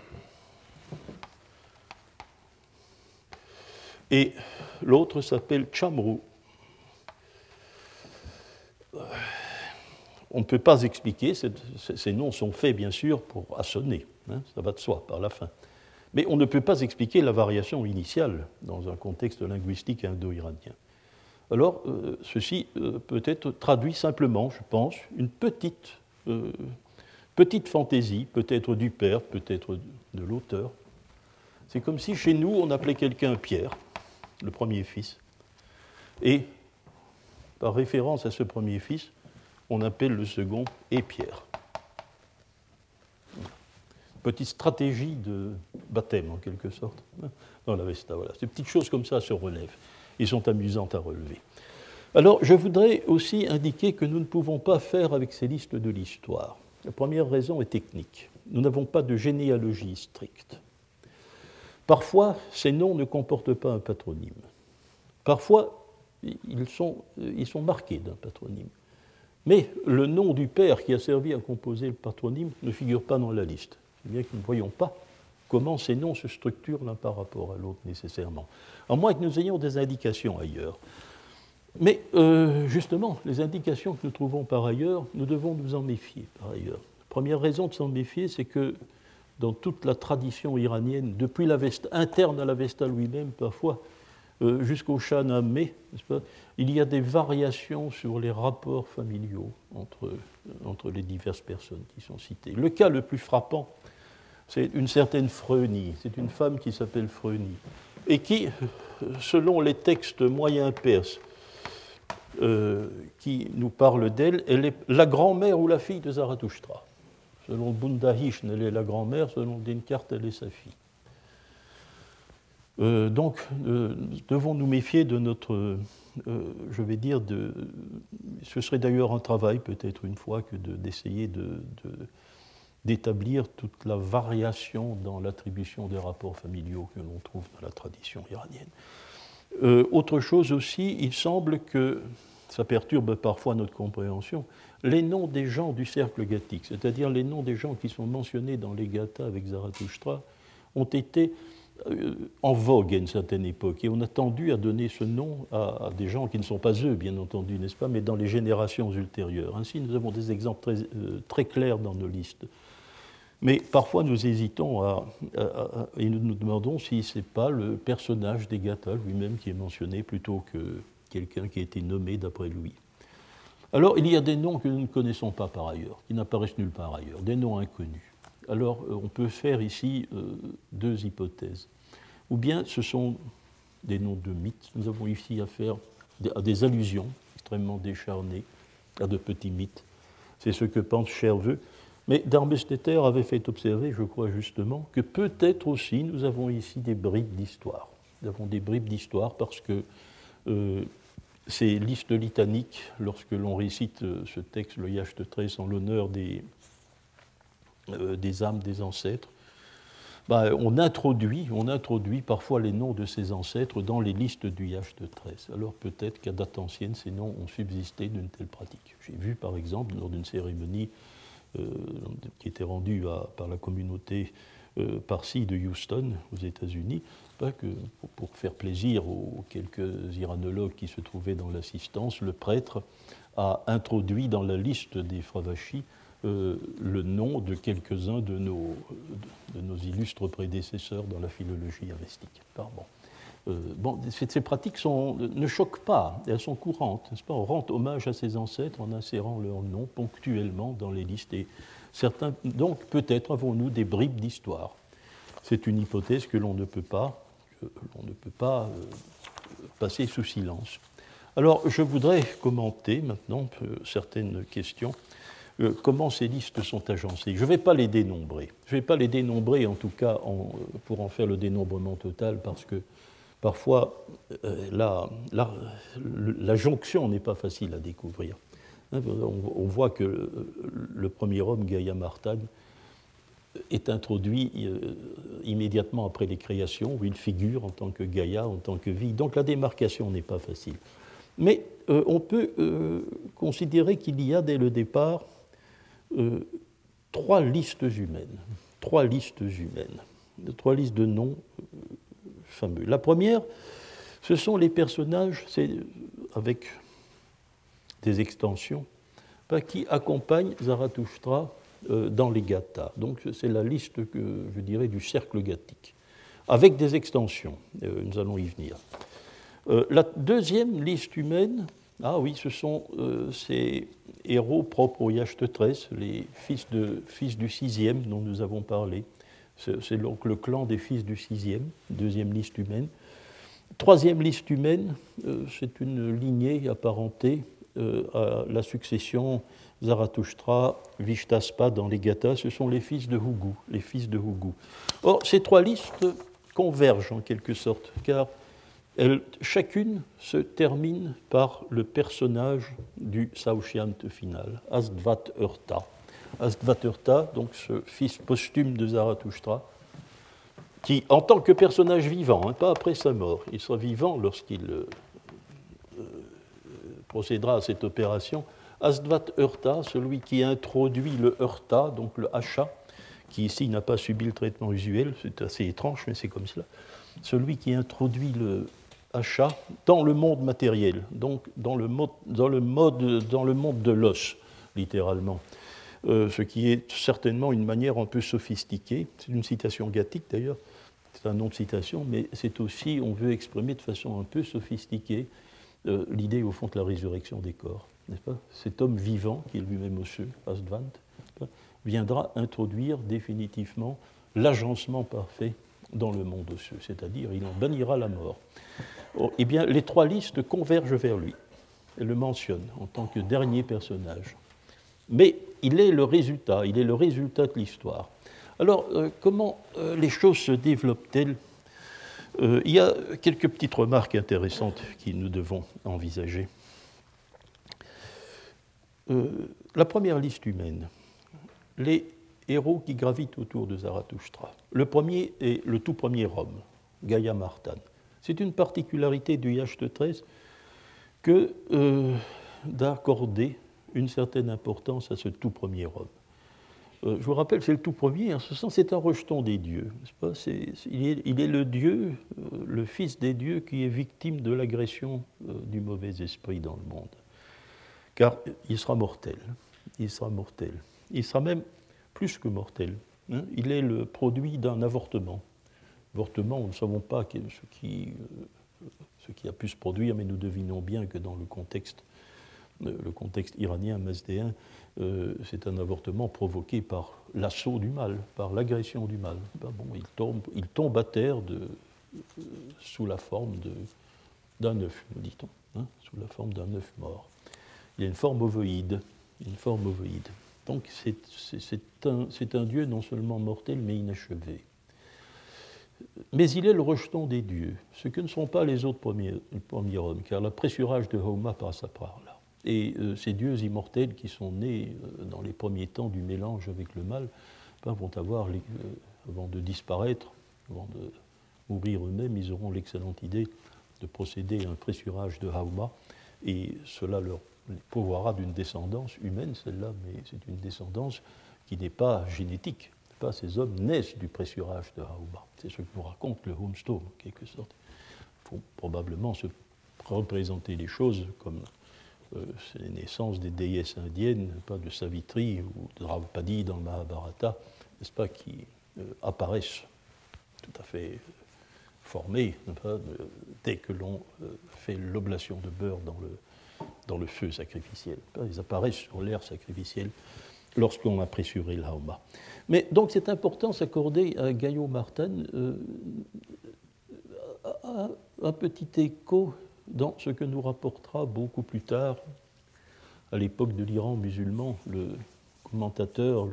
et l'autre s'appelle Chamrou. On ne peut pas expliquer, ces noms sont faits bien sûr pour assonner, hein, ça va de soi par la fin. Mais on ne peut pas expliquer la variation initiale dans un contexte linguistique indo-iranien. Alors, euh, ceci euh, peut être traduit simplement, je pense, une petite, euh, petite fantaisie, peut-être du père, peut-être de l'auteur. C'est comme si chez nous, on appelait quelqu'un Pierre, le premier fils, et par référence à ce premier fils, on appelle le second et Pierre. Petite stratégie de baptême, en quelque sorte, dans l'Avesta. Voilà. Ces petites choses comme ça se relèvent et sont amusantes à relever. Alors, je voudrais aussi indiquer que nous ne pouvons pas faire avec ces listes de l'histoire. La première raison est technique. Nous n'avons pas de généalogie stricte. Parfois, ces noms ne comportent pas un patronyme. Parfois, ils sont, ils sont marqués d'un patronyme. Mais le nom du père qui a servi à composer le patronyme ne figure pas dans la liste. C'est bien que nous ne voyons pas comment ces noms se structurent l'un par rapport à l'autre nécessairement, à moins que nous ayons des indications ailleurs. Mais euh, justement, les indications que nous trouvons par ailleurs, nous devons nous en méfier par ailleurs. La première raison de s'en méfier, c'est que dans toute la tradition iranienne, depuis l'Avesta, interne à l'Avesta lui-même parfois, euh, jusqu'au Shahnameh, n'est-ce pas, il y a des variations sur les rapports familiaux entre, entre les diverses personnes qui sont citées. Le cas le plus frappant, c'est une certaine Freunie, c'est une femme qui s'appelle Freunie, et qui, selon les textes moyens perses, euh, qui nous parlent d'elle, elle est la grand-mère ou la fille de Zarathustra. Selon Bundahishn, elle est la grand-mère, selon Denkart, elle est sa fille. Euh, donc, euh, devons nous méfier de notre, euh, je vais dire, de, ce serait d'ailleurs un travail, peut-être une fois, que de, d'essayer de, de, d'établir toute la variation dans l'attribution des rapports familiaux que l'on trouve dans la tradition iranienne. Euh, autre chose aussi, il semble que, ça perturbe parfois notre compréhension, les noms des gens du cercle gathique, c'est-à-dire les noms des gens qui sont mentionnés dans les Gathas avec Zarathustra, ont été euh, en vogue à une certaine époque, et on a tendu à donner ce nom à, à des gens qui ne sont pas eux, bien entendu, n'est-ce pas, mais dans les générations ultérieures. Ainsi, nous avons des exemples très, euh, très clairs dans nos listes. Mais parfois, nous hésitons à, à, à, et nous nous demandons si ce n'est pas le personnage des Gathas lui-même qui est mentionné plutôt que quelqu'un qui a été nommé d'après lui. Alors, il y a des noms que nous ne connaissons pas par ailleurs, qui n'apparaissent nulle part ailleurs, des noms inconnus. Alors, on peut faire ici euh, deux hypothèses. Ou bien ce sont des noms de mythes. Nous avons ici affaire à des allusions extrêmement décharnées, à de petits mythes. C'est ce que pense Cherveux. Mais Darmesteter avait fait observer, je crois justement, que peut-être aussi nous avons ici des bribes d'histoire. Nous avons des bribes d'histoire parce que euh, ces listes litaniques, lorsque l'on récite euh, ce texte, le Yacht treize, en l'honneur des, euh, des âmes des ancêtres, bah, on, introduit, on introduit parfois les noms de ces ancêtres dans les listes du Yacht treize. Alors peut-être qu'à date ancienne, ces noms ont subsisté d'une telle pratique. J'ai vu par exemple, lors d'une cérémonie Euh, qui était rendu à, par la communauté euh, Parsi de Houston, aux États-Unis, pas que pour, pour faire plaisir aux quelques iranologues qui se trouvaient dans l'assistance, le prêtre a introduit dans la liste des Fravachis euh, le nom de quelques-uns de nos, de, de nos illustres prédécesseurs dans la philologie avestique. Bon. Euh, bon, ces, ces pratiques sont, ne choquent pas, elles sont courantes, n'est-ce pas? On rend hommage à ses ancêtres en insérant leur nom ponctuellement dans les listes. Et certains, donc peut-être avons-nous des bribes d'histoire. C'est une hypothèse que l'on ne peut pas, que l'on ne peut pas euh, passer sous silence. Alors, je voudrais commenter maintenant euh, certaines questions. Euh, comment ces listes sont agencées? Je ne vais pas les dénombrer. Je ne vais pas les dénombrer, en tout cas, en, pour en faire le dénombrement total, parce que parfois, euh, la, la, la jonction n'est pas facile à découvrir. On, on voit que le, le premier homme, Gaïa Martan, est introduit euh, immédiatement après les créations, où il figure en tant que Gaïa, en tant que vie. Donc la démarcation n'est pas facile. Mais euh, on peut euh, considérer qu'il y a dès le départ euh, trois listes humaines, trois listes humaines, trois listes de noms euh, fameux. La première, ce sont les personnages, c'est avec des extensions, qui accompagnent Zarathustra euh, dans les Gathas. Donc c'est la liste, que, je dirais, du cercle gathique, avec des extensions. Euh, nous allons y venir. Euh, la deuxième liste humaine, ah oui, ce sont euh, ces héros propres au Yashtetres, les fils, de, fils du sixième dont nous avons parlé. C'est, c'est donc le clan des fils du sixième, deuxième liste humaine. Troisième liste humaine, euh, c'est une lignée apparentée euh, à la succession Zarathustra, Vishtaspa dans les Gathas. Ce sont les fils de Hugu, les fils de Hugu. Or, ces trois listes convergent en quelque sorte, car elles, chacune se termine par le personnage du Saoshyant final, Astvaturta. Astvaturta, donc ce fils posthume de Zarathustra, qui, en tant que personnage vivant, hein, pas après sa mort, il sera vivant lorsqu'il euh, euh, procédera à cette opération, Astvaturta, celui qui introduit le Urta, donc le Hacha, qui ici n'a pas subi le traitement usuel, c'est assez étrange, mais c'est comme cela, celui qui introduit le Hacha dans le monde matériel, donc dans le mode, dans le mode, dans le monde de l'os, littéralement. Euh, ce qui est certainement une manière un peu sophistiquée. C'est une citation gathique d'ailleurs, c'est un nom de citation, mais c'est aussi, on veut exprimer de façon un peu sophistiquée euh, l'idée au fond de la résurrection des corps, n'est-ce pas? Cet homme vivant, qui est lui-même osseux, Astvant, viendra introduire définitivement l'agencement parfait dans le monde osseux, c'est-à-dire il en bannira la mort. Oh, eh bien, les trois listes convergent vers lui. Elle le mentionne en tant que dernier personnage. Mais il est le résultat, il est le résultat de l'histoire. Alors, euh, comment euh, les choses se développent-elles? euh, Il y a quelques petites remarques intéressantes que nous devons envisager. Euh, la première liste humaine, les héros qui gravitent autour de Zarathustra. Le premier est le tout premier homme, Gaïa Martan. C'est une particularité du Yashtetres que euh, d'accorder une certaine importance à ce tout premier homme. Euh, je vous rappelle, c'est le tout premier, en ce sens, c'est un rejeton des dieux. N'est-ce pas? c'est, c'est, il, est, il est le dieu, euh, le fils des dieux qui est victime de l'agression euh, du mauvais esprit dans le monde. Car il sera mortel, il sera mortel. Il sera même plus que mortel. Hein? Il est le produit d'un avortement. Avortement, nous ne savons pas ce qui, euh, ce qui a pu se produire, mais nous devinons bien que dans le contexte le contexte iranien, mazdéen, euh, c'est un avortement provoqué par l'assaut du mal, par l'agression du mal. Ben bon, il, tombe, il tombe à terre de, euh, sous la forme de, d'un œuf, nous dit-on, hein, sous la forme d'un œuf mort. Il a une forme ovoïde, une forme ovoïde. Donc c'est, c'est, c'est, un, c'est un dieu non seulement mortel, mais inachevé. Mais il est le rejeton des dieux, ce que ne sont pas les autres premiers, premiers hommes, car le pressurage de Houma passe par là. Et euh, ces dieux immortels qui sont nés euh, dans les premiers temps du mélange avec le mal ben, vont avoir, les, euh, avant de disparaître, avant de mourir eux-mêmes, ils auront l'excellente idée de procéder à un pressurage de Houma, et cela leur pourvoira d'une descendance humaine, celle-là, mais c'est une descendance qui n'est pas génétique, pas, ces hommes naissent du pressurage de Haouba. C'est ce que nous raconte le Homestone, en quelque sorte. Il faut probablement se représenter les choses comme euh, les naissances des déesses indiennes, pas de Savitri ou de Draupadi dans le Mahabharata, n'est-ce pas, qui euh, apparaissent tout à fait formés pas, dès que l'on euh, fait l'oblation de beurre dans le, dans le feu sacrificiel. Ils apparaissent sur l'air sacrificiel lorsqu'on a pressuré l'Haoma. Mais donc c'est important s'accorder à Gaillot Martin euh, un petit écho dans ce que nous rapportera beaucoup plus tard, à l'époque de l'Iran musulman, le commentateur, le,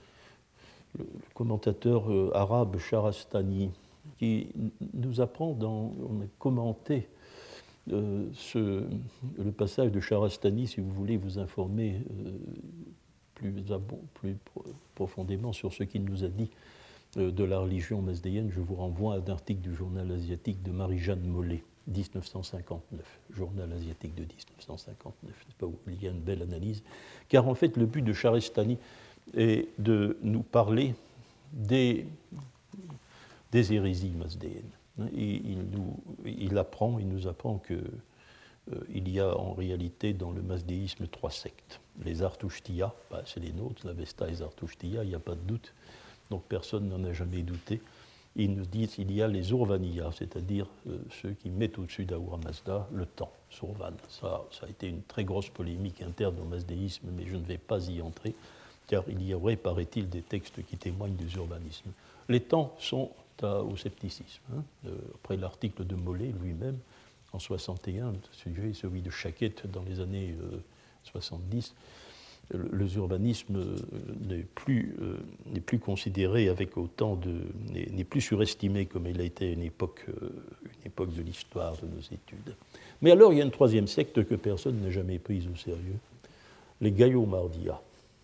le commentateur euh, arabe Sharastani, qui nous apprend, dans, on a commenté euh, ce, le passage de Sharastani, si vous voulez vous informer euh, plus, plus profondément sur ce qu'il nous a dit euh, de la religion mazdéenne, je vous renvoie à un article du journal asiatique de Marie-Jeanne Mollet, dix-neuf cent cinquante-neuf, journal asiatique de dix-neuf cent cinquante-neuf, n'est-ce pas, où il y a une belle analyse, car en fait le but de Sharastani est de nous parler des, des hérésies mazdéennes. Il, il, nous, il apprend, il nous apprend que euh, il y a en réalité dans le mazdéisme trois sectes. Les Zartushtiya, bah, c'est les nôtres, l'Avesta et Zartushtiya, il n'y a pas de doute, donc personne n'en a jamais douté. Ils nous disent qu'il y a les Urvaniya, c'est-à-dire euh, ceux qui mettent au-dessus d'Ahura Mazda le temps, Survan. Ça, ça a été une très grosse polémique interne au mazdéisme, mais je ne vais pas y entrer, car il y aurait, paraît-il, des textes qui témoignent du urbanisme. Les temps sont à, au scepticisme. Hein. Euh, après l'article de Mollet lui-même, en soixante et un, le sujet celui de Chaquette dans les années euh, soixante-dix, le, le urbanisme euh, n'est plus, euh, n'est plus considéré avec autant de... n'est, n'est plus surestimé comme il a été à une époque, euh, une époque de l'histoire de nos études. Mais alors il y a une troisième secte que personne n'a jamais prise au sérieux, les Gaillot-Mardia,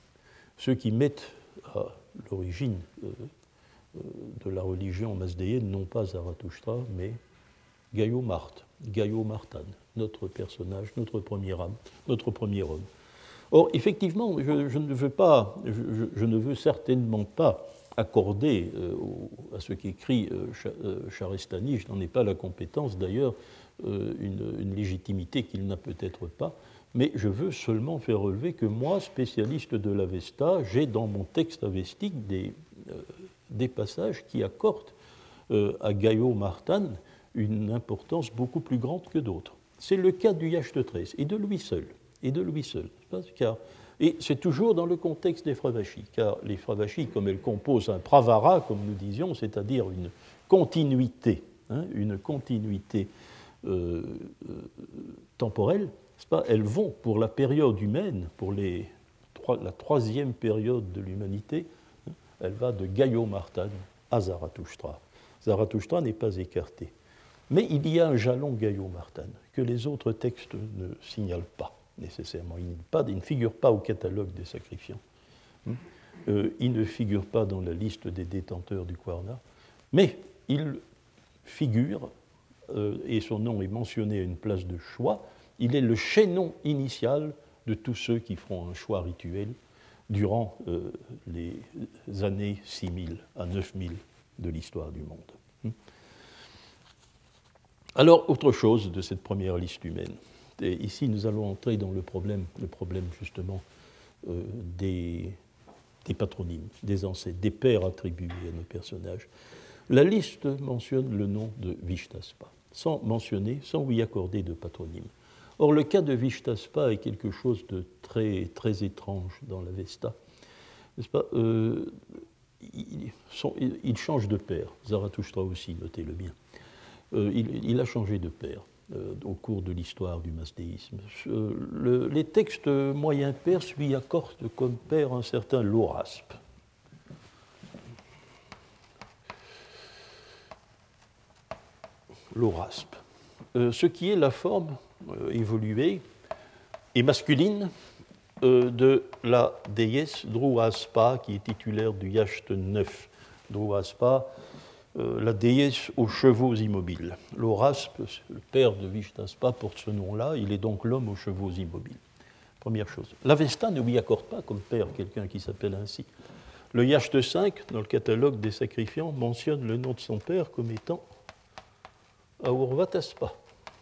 ceux qui mettent à l'origine euh, euh, de la religion mazdéenne non pas Zarathustra, mais Gaillot Marthe, Gaillot Martan, notre personnage, notre premier âme, notre premier homme. Or, effectivement, je, je ne veux pas, je, je, je ne veux certainement pas accorder euh, au, à ce qu'écrit euh, Sharastani, je n'en ai pas la compétence d'ailleurs, euh, une, une légitimité qu'il n'a peut-être pas, mais je veux seulement faire relever que moi, spécialiste de l'Avesta, j'ai dans mon texte avestique des, euh, des passages qui accordent euh, à Gaillot Martan une importance beaucoup plus grande que d'autres. C'est le cas du Yashtetres, et de lui seul, et de lui seul. Car, et c'est toujours dans le contexte des Fravashis, car les Fravashis, comme elles composent un pravara, comme nous disions, c'est-à-dire une continuité, hein, une continuité euh, euh, temporelle, pas, elles vont pour la période humaine, pour les, la troisième période de l'humanité, hein, elle va de Gaillot Martan à Zarathustra. Zarathustra n'est pas écarté. Mais il y a un jalon Gaillot Martan que les autres textes ne signalent pas nécessairement. Il, pas, il ne figure pas au catalogue des sacrifiants. Euh, il ne figure pas dans la liste des détenteurs du Kwarna. Mais il figure, euh, et son nom est mentionné à une place de choix, il est le chaînon initial de tous ceux qui feront un choix rituel durant euh, les années six mille à neuf mille de l'histoire du monde. Alors, autre chose de cette première liste humaine. Et ici, nous allons entrer dans le problème, le problème justement euh, des, des patronymes, des ancêtres, des pères attribués à nos personnages. La liste mentionne le nom de Vishtaspa, sans mentionner, sans lui accorder de patronyme. Or, le cas de Vishtaspa est quelque chose de très, très étrange dans l'Avesta. N'est-ce pas euh, il, son, il, il change de père. Zarathustra aussi, notez-le bien. Euh, il, il a changé de père euh, au cours de l'histoire du mazdéisme. Euh, le, les textes moyens perses lui accordent comme père un certain Loraspe. Loraspe. Euh, ce qui est la forme euh, évoluée et masculine euh, de la déesse Druaspa, qui est titulaire du Yacht neuf. Druaspa, Euh, la déesse aux chevaux immobiles. Loraspe, le père de Vishtaspa, porte ce nom-là, il est donc l'homme aux chevaux immobiles. Première chose. L'Avesta ne lui accorde pas comme père quelqu'un qui s'appelle ainsi. Le Yacht cinq, dans le catalogue des sacrifiants, mentionne le nom de son père comme étant Aurvataspa,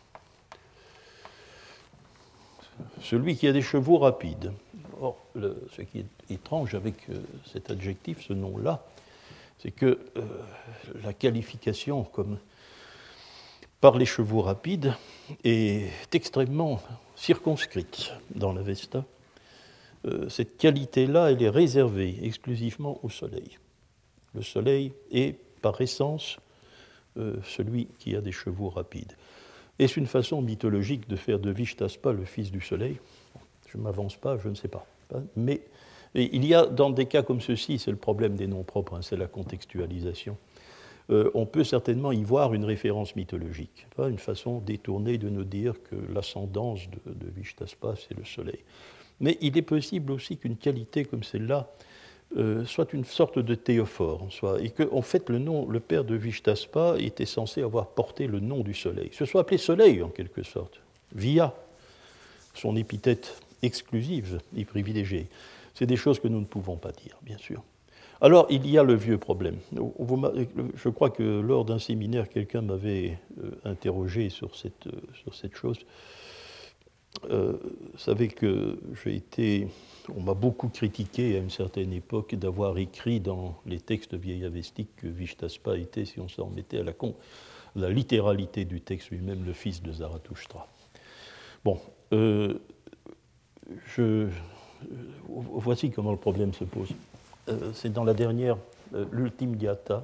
celui qui a des chevaux rapides. Or, le, ce qui est étrange avec euh, cet adjectif, ce nom-là, c'est que euh, la qualification comme par les chevaux rapides est extrêmement circonscrite dans l'Avesta. Euh, cette qualité-là, elle est réservée exclusivement au soleil. Le soleil est, par essence, euh, celui qui a des chevaux rapides. Est-ce une façon mythologique de faire de Vishtaspa le fils du soleil? Je ne m'avance pas, je ne sais pas. Mais il y a, dans des cas comme ceci, c'est le problème des noms propres, hein, c'est la contextualisation. Euh, on peut certainement y voir une référence mythologique, une façon détournée de nous dire que l'ascendance de, de Vishtaspa, c'est le soleil. Mais il est possible aussi qu'une qualité comme celle-là euh, soit une sorte de théophore, soit, et qu'en en fait le nom, le père de Vishtaspa était censé avoir porté le nom du soleil, ce soit appelé soleil en quelque sorte, via son épithète exclusive et privilégiée. C'est des choses que nous ne pouvons pas dire, bien sûr. Alors, il y a le vieux problème. Je crois que lors d'un séminaire, quelqu'un m'avait interrogé sur cette, sur cette chose. Euh, vous savez que j'ai été... On m'a beaucoup critiqué à une certaine époque d'avoir écrit dans les textes vieillavestiques que Vishtaspa était, si on s'en remettait à la, la littéralité du texte lui-même, le fils de Zarathustra. Bon, euh, je, voici comment le problème se pose. Euh, c'est dans la dernière, euh, l'ultime Gatha.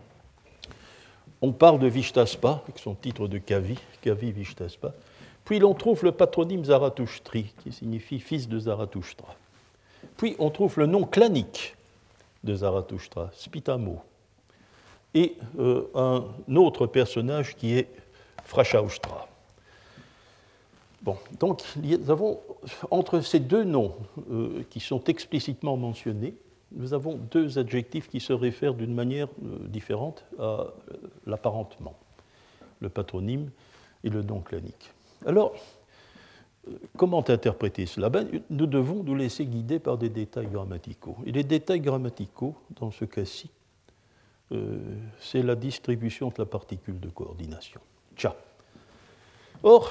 On parle de Vishtaspa, avec son titre de Kavi, Kavi Vishtaspa. Puis l'on trouve le patronyme Zarathoustri, qui signifie fils de Zarathustra. Puis on trouve le nom clanique de Zarathustra, Spitamo. Et euh, un autre personnage qui est Frashaustra. Bon, donc nous avons, entre ces deux noms euh, qui sont explicitement mentionnés, nous avons deux adjectifs qui se réfèrent d'une manière euh, différente à euh, l'apparentement, le patronyme et le nom clanique. Alors, euh, comment interpréter cela? Ben, nous devons nous laisser guider par des détails grammaticaux. Et les détails grammaticaux, dans ce cas-ci, euh, c'est la distribution de la particule de coordination, tcha. Or,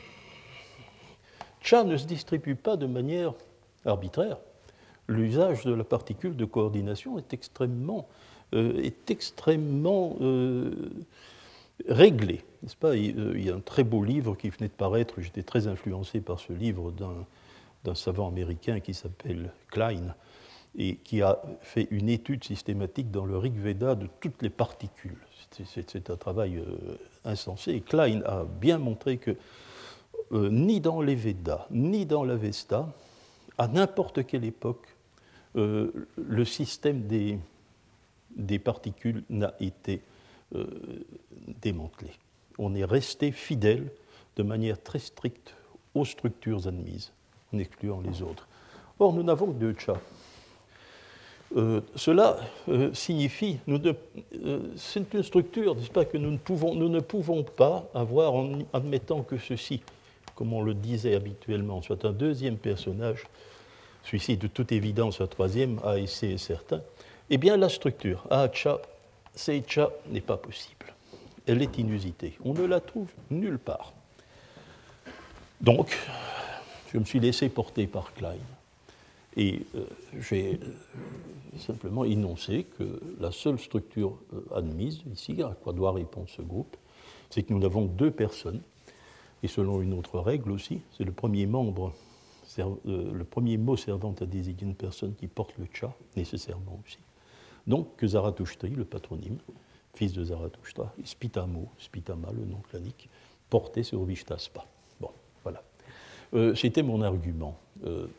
tcha ne se distribue pas de manière arbitraire. L'usage de la particule de coordination est extrêmement, euh, est extrêmement euh, réglé. N'est-ce pas? Il y a un très beau livre qui venait de paraître, j'étais très influencé par ce livre d'un, d'un savant américain qui s'appelle Klein, et qui a fait une étude systématique dans le Rig Veda de toutes les particules. C'est, c'est, c'est un travail euh, insensé. Et Klein a bien montré que euh, ni dans les Védas, ni dans l'Avesta, à n'importe quelle époque, Euh, le système des, des particules n'a été euh, démantelé. On est resté fidèle de manière très stricte aux structures admises, en excluant les autres. Or, nous n'avons que deux tchas. Euh, cela euh, signifie, nous de, euh, c'est une structure, n'est-ce pas, que nous ne pouvons, nous ne pouvons pas avoir en admettant que ceci, comme on le disait habituellement, soit un deuxième personnage. Celui-ci, de toute évidence, un troisième, A et C est certain, eh bien la structure A, Tcha, C, Tcha n'est pas possible. Elle est inusitée. On ne la trouve nulle part. Donc, je me suis laissé porter par Klein. Et euh, j'ai euh, simplement énoncé que la seule structure euh, admise, ici, à quoi doit répondre ce groupe, c'est que nous n'avons que deux personnes. Et selon une autre règle aussi, c'est le premier membre, le premier mot servant à désigner une personne qui porte le tcha, nécessairement aussi. Donc, que Zarathoustri, le patronyme, fils de Zarathustra, et Spitamo, Spitama, le nom clanique, porté sur Vishtaspa. Bon, voilà. Euh, c'était mon argument. Euh,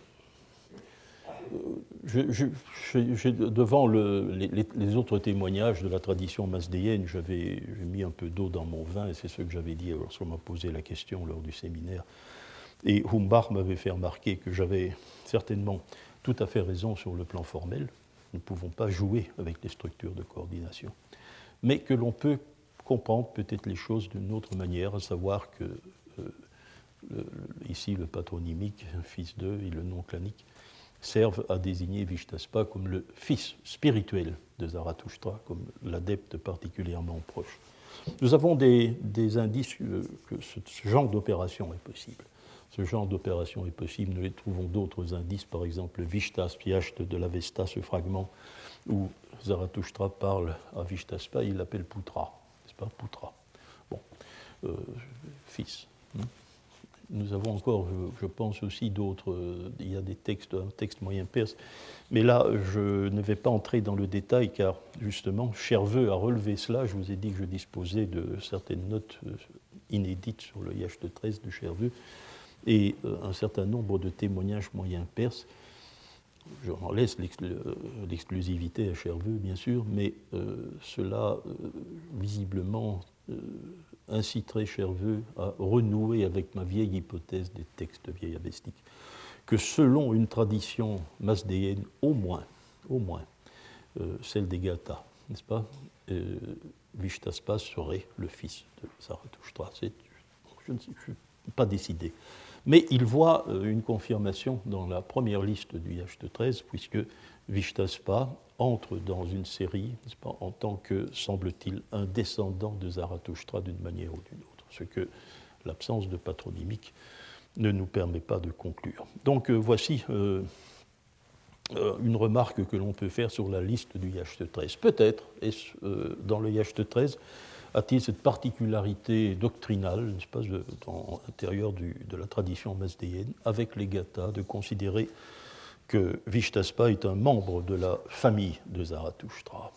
je, je, je, je, devant le, les, les autres témoignages de la tradition masdéenne, j'avais j'ai mis un peu d'eau dans mon vin, et c'est ce que j'avais dit lorsqu'on m'a posé la question lors du séminaire. Et Humbach m'avait fait remarquer que j'avais certainement tout à fait raison sur le plan formel. Nous ne pouvons pas jouer avec les structures de coordination. Mais que l'on peut comprendre peut-être les choses d'une autre manière, à savoir que euh, le, ici le patronymique, fils d'eux, et le nom clanique, servent à désigner Vishtaspa comme le fils spirituel de Zarathustra, comme l'adepte particulièrement proche. Nous avons des, des indices que ce, ce genre d'opération est possible. Ce genre d'opération est possible. Nous les trouvons d'autres indices, par exemple Vishtaspyashta de l'Avesta, ce fragment où Zarathustra parle à Vishtaspa, il l'appelle Putra, n'est-ce pas, Putra. Bon, euh, fils. Hein. Nous avons encore, je, je pense aussi d'autres, euh, il y a des textes, un texte moyen perse, mais là, je ne vais pas entrer dans le détail, car justement, Cherveux a relevé cela. Je vous ai dit que je disposais de certaines notes euh, inédites sur le Yashte treize de Cherveux, et euh, un certain nombre de témoignages moyen perses. J'en laisse l'exclusivité à Cherveux, bien sûr, mais euh, cela, euh, visiblement, euh, inciterait Cherveux à renouer avec ma vieille hypothèse des textes vieillavestiques, que selon une tradition masdéenne, au moins, au moins, euh, celle des Gathas, n'est-ce pas, euh, Vishtaspa serait le fils de Zarathustra. Je ne suis pas décidé. Mais il voit une confirmation dans la première liste du Yashte treize, puisque Vishtaspa entre dans une série, n'est-ce pas, en tant que, semble-t-il, un descendant de Zarathustra d'une manière ou d'une autre, ce que l'absence de patronymique ne nous permet pas de conclure. Donc euh, voici euh, euh, une remarque que l'on peut faire sur la liste du Yashte treize. Peut-être, est-ce, euh, dans le Yashte treize, a-t-il cette particularité doctrinale, n'est-ce pas, de, dans l'intérieur du, de la tradition masdéenne, avec les Gathas, de considérer que Vishtaspa est un membre de la famille de Zarathustra.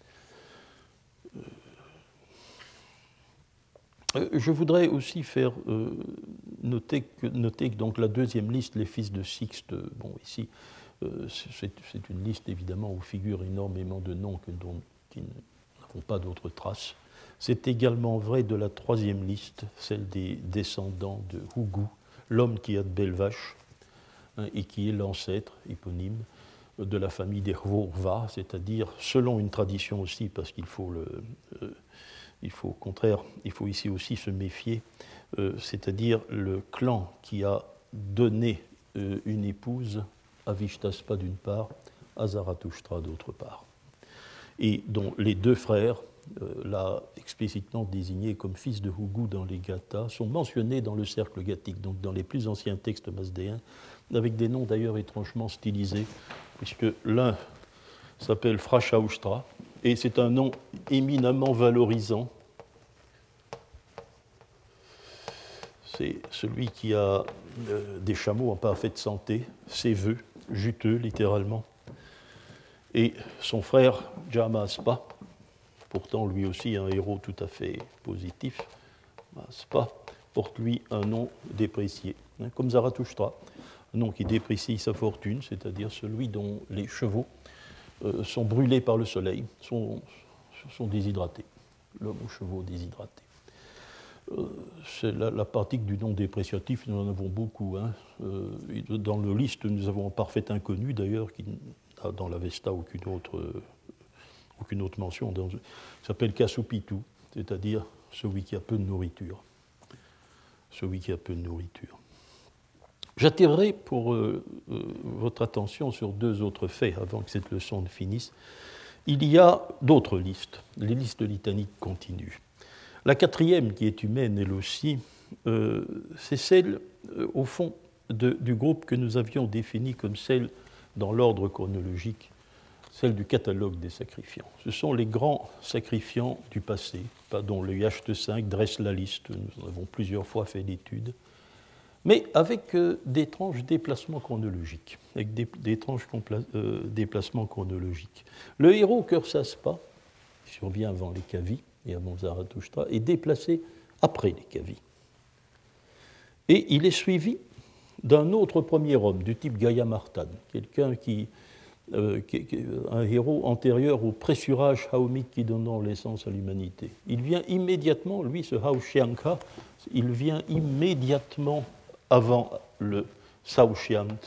Euh, je voudrais aussi faire euh, noter que, noter que donc, la deuxième liste, les fils de Sixte, bon, ici, euh, c'est, c'est une liste évidemment où figurent énormément de noms que, dont, qui n'avons pas d'autres traces. C'est également vrai de la troisième liste, celle des descendants de Hugu, l'homme qui a de belles vaches, hein, et qui est l'ancêtre éponyme de la famille des Hvorva, c'est-à-dire, selon une tradition aussi, parce qu'il faut, le, euh, il faut au contraire, il faut ici aussi se méfier, euh, c'est-à-dire le clan qui a donné euh, une épouse à Vishtaspa d'une part, à Zarathustra d'autre part, et dont les deux frères, Euh, là explicitement désignés comme fils de Hugu dans les Gathas, sont mentionnés dans le cercle gathique, donc dans les plus anciens textes masdéens, avec des noms d'ailleurs étrangement stylisés, puisque l'un s'appelle Frashaustra, et c'est un nom éminemment valorisant. C'est celui qui a euh, des chameaux en parfaite santé, séveux, juteux littéralement, et son frère Jamaspa, pourtant lui aussi un héros tout à fait positif, Spa, porte lui un nom déprécié, hein, comme Zarathustra, un nom qui déprécie sa fortune, c'est-à-dire celui dont les chevaux euh, sont brûlés par le soleil, sont, sont déshydratés, l'homme aux chevaux déshydratés. Euh, c'est la, la pratique du nom dépréciatif, nous en avons beaucoup. Hein. Euh, dans le liste, nous avons un parfait inconnu d'ailleurs, qui n'a dans l'Avesta aucune autre... Euh, aucune autre mention, dans, il s'appelle Kasupitu, c'est-à-dire celui qui a peu de nourriture. Celui qui a peu de nourriture. J'attirerai pour euh, euh, votre attention sur deux autres faits avant que cette leçon ne finisse. Il y a d'autres listes, les listes litaniques continuent. La quatrième, qui est humaine elle aussi, euh, c'est celle, euh, au fond, de, du groupe que nous avions défini comme celle dans l'ordre chronologique, celle du catalogue des sacrifiants. Ce sont les grands sacrifiants du passé, dont le Yashte cinq dresse la liste, nous en avons plusieurs fois fait l'étude, mais avec euh, d'étranges déplacements chronologiques, avec des, d'étranges compla- euh, déplacements chronologiques. Le héros Kursaspa, qui survient avant les Kavis et avant Zarathustra, est déplacé après les Kavis. Et il est suivi d'un autre premier homme, du type Gayamartan, quelqu'un qui... Euh, un héros antérieur au pressurage haomique qui donne l'essence à l'humanité. Il vient immédiatement, lui, ce Haushianka, il vient immédiatement avant le Saushiant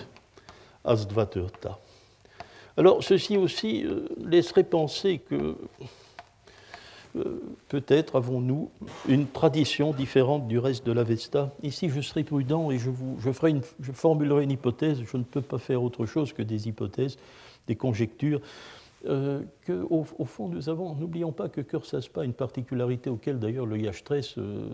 euh, peut-être avons-nous une tradition différente du reste de l'Avesta. Ici, je serai prudent et je, vous, je, ferai une, je formulerai une hypothèse. Je ne peux pas faire autre chose que des hypothèses, des conjectures. Euh, que, au, au fond, nous avons, n'oublions pas que Cursaspa a une particularité auquel d'ailleurs le Yashtres euh,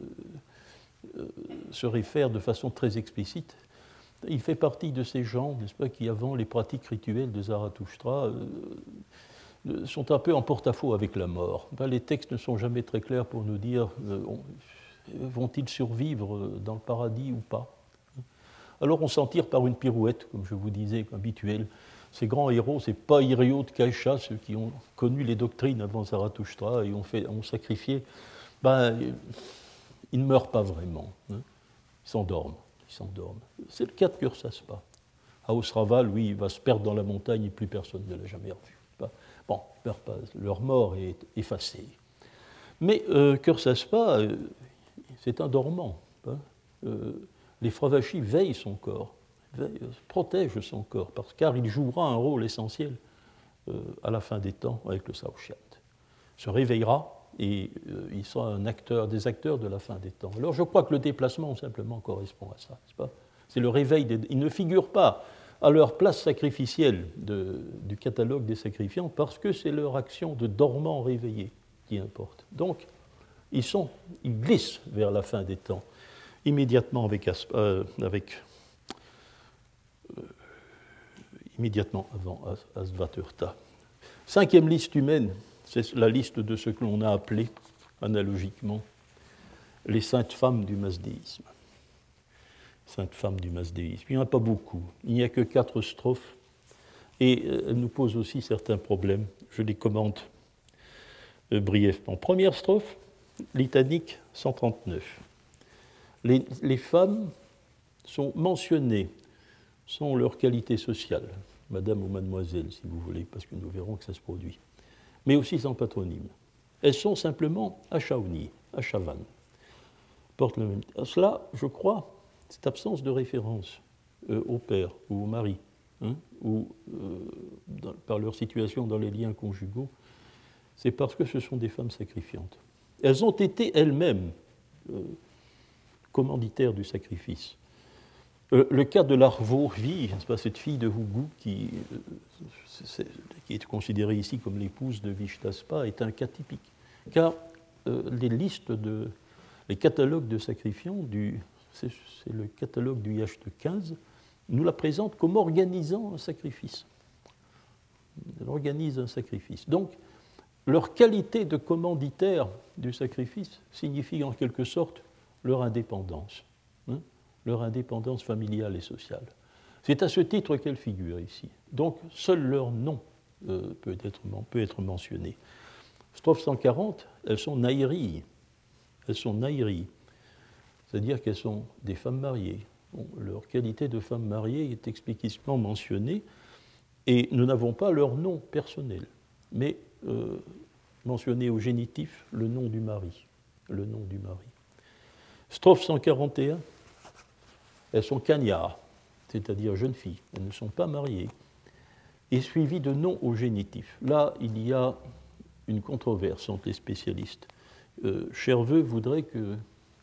euh, se réfère de façon très explicite. Il fait partie de ces gens, n'est-ce pas, qui, avant les pratiques rituelles de Zarathustra, euh, sont un peu en porte-à-faux avec la mort. Ben, les textes ne sont jamais très clairs pour nous dire euh, vont-ils survivre dans le paradis ou pas. Alors on s'en tire par une pirouette, comme je vous disais, habituelle. Ces grands héros, ces Païrios de Kaisha, ceux qui ont connu les doctrines avant Zarathustra et ont, fait, ont sacrifié, ben, ils ne meurent pas vraiment. Hein. Ils s'endorment. Ils s'endorment. C'est le cas de Cursaspa. À Osraval, lui, il va se perdre dans la montagne et plus personne ne l'a jamais revu. Bon, leur, leur mort est effacée. Mais euh, Cursaspa, euh, c'est un dormant. Hein. Euh, les Fravachis veillent son corps, veillent, euh, protègent son corps, parce, car il jouera un rôle essentiel euh, à la fin des temps avec le Saoshyant. Il se réveillera et euh, il sera un acteur, des acteurs de la fin des temps. Alors je crois que le déplacement simplement correspond à ça. C'est pas, c'est le réveil des... Ils ne figurent pas à leur place sacrificielle de, du catalogue des sacrifiants parce que c'est leur action de dormant réveillé qui importe. Donc, ils, sont, ils glissent vers la fin des temps, immédiatement avec, euh, avec euh, immédiatement avant Asvaturta. Cinquième liste humaine, c'est la liste de ce que l'on a appelé, analogiquement, les saintes femmes du masdéisme. Sainte femme du masdéisme. Il n'y en a pas beaucoup. Il n'y a que quatre strophes et elle nous pose aussi certains problèmes. Je les commente euh, brièvement. Première strophe, litanique cent trente-neuf. Les, les femmes sont mentionnées, sont leur qualité sociale, madame ou mademoiselle, si vous voulez, parce que nous verrons que ça se produit, mais aussi sans patronyme. Elles sont simplement Achaouni, Achavan. Portent le même. Cela, je crois, cette absence de référence euh, au père ou au mari, hein, ou euh, dans, par leur situation dans les liens conjugaux, c'est parce que ce sont des femmes sacrifiantes. Elles ont été elles-mêmes euh, commanditaires du sacrifice. Euh, le cas de l'Arvorvi, cette fille de Hugu qui, euh, c'est, qui est considérée ici comme l'épouse de Vishtaspa, est un cas typique. Car euh, les listes de, les catalogues de sacrifiants du C'est, c'est le catalogue du Yacht quinze, nous la présente comme organisant un sacrifice. Elle organise un sacrifice. Donc, leur qualité de commanditaire du sacrifice signifie en quelque sorte leur indépendance, hein, leur indépendance familiale et sociale. C'est à ce titre qu'elle figure ici. Donc, seul leur nom euh, peut, être, peut être mentionné. Strophe cent quarante, elles sont naïri. Elles sont naïri. C'est-à-dire qu'elles sont des femmes mariées. Bon, leur qualité de femme mariée est explicitement mentionnée et nous n'avons pas leur nom personnel, mais euh, mentionné au génitif le nom du mari. Le nom du mari. Strophe cent quarante et un, elles sont kanyas, c'est-à-dire jeunes filles, elles ne sont pas mariées, et suivies de noms au génitif. Là, il y a une controverse entre les spécialistes. Euh, Cherveux voudrait que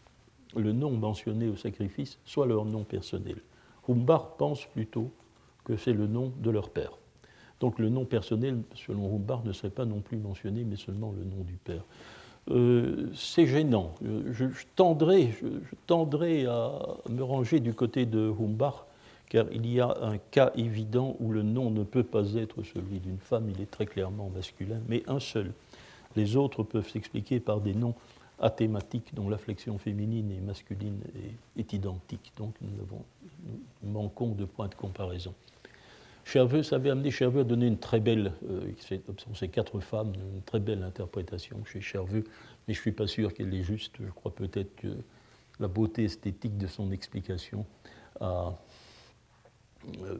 le nom mentionné au sacrifice soit leur nom personnel. Humbar pense plutôt que c'est le nom de leur père. Donc le nom personnel, selon Humbar, ne serait pas non plus mentionné, mais seulement le nom du père. Euh, c'est gênant. Je, je, tendrai, je, je tendrai à me ranger du côté de Humbar, car il y a un cas évident où le nom ne peut pas être celui d'une femme, il est très clairement masculin, mais un seul. Les autres peuvent s'expliquer par des noms athématiques dont l'afflexion féminine et masculine est, est identique. Donc nous, avons, nous manquons de points de comparaison. Cherveux savait amener Cherveux à donner une très belle, euh, ces quatre femmes, une très belle interprétation chez Cherveux, mais je ne suis pas sûr qu'elle est juste. Je crois peut-être que la beauté esthétique de son explication a, euh,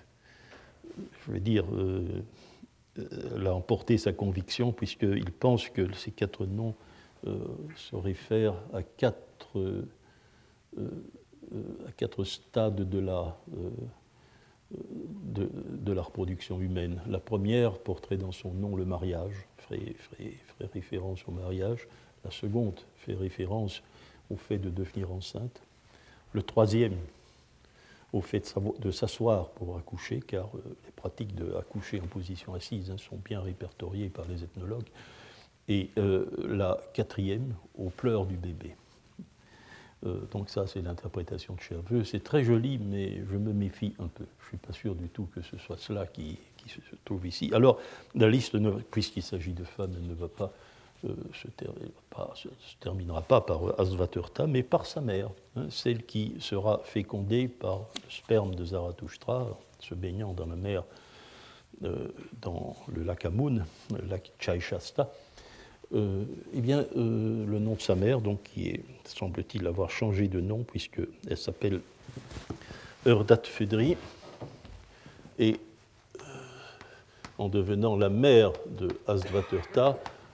je vais dire, euh, elle a emporté sa conviction, puisqu'il pense que ces quatre noms Euh, se réfère à quatre, euh, euh, à quatre stades de la, euh, de, de la reproduction humaine. La première porterait dans son nom le mariage, ferait, ferait, ferait référence au mariage. La seconde fait référence au fait de devenir enceinte. Le troisième, au fait de, de s'asseoir pour accoucher, car euh, les pratiques d'accoucher en position assise hein, sont bien répertoriées par les ethnologues. Et euh, la quatrième, aux pleurs du bébé. Euh, donc ça, c'est l'interprétation de Cherveux. C'est très joli, mais je me méfie un peu. Je ne suis pas sûr du tout que ce soit cela qui, qui se trouve ici. Alors, la liste, ne, puisqu'il s'agit de femmes, elle ne va pas, euh, se, ter, pas, se, se terminera pas par Asvaterta, mais par sa mère, hein, celle qui sera fécondée par le sperme de Zarathustra, se baignant dans la mer, euh, dans le lac Amun, le lac Chaishasta. Euh, eh bien, euh, le nom de sa mère, donc, qui est, semble-t-il avoir changé de nom, puisqu'elle s'appelle Urdat-Fudri, et euh, en devenant la mère de Asvaterta,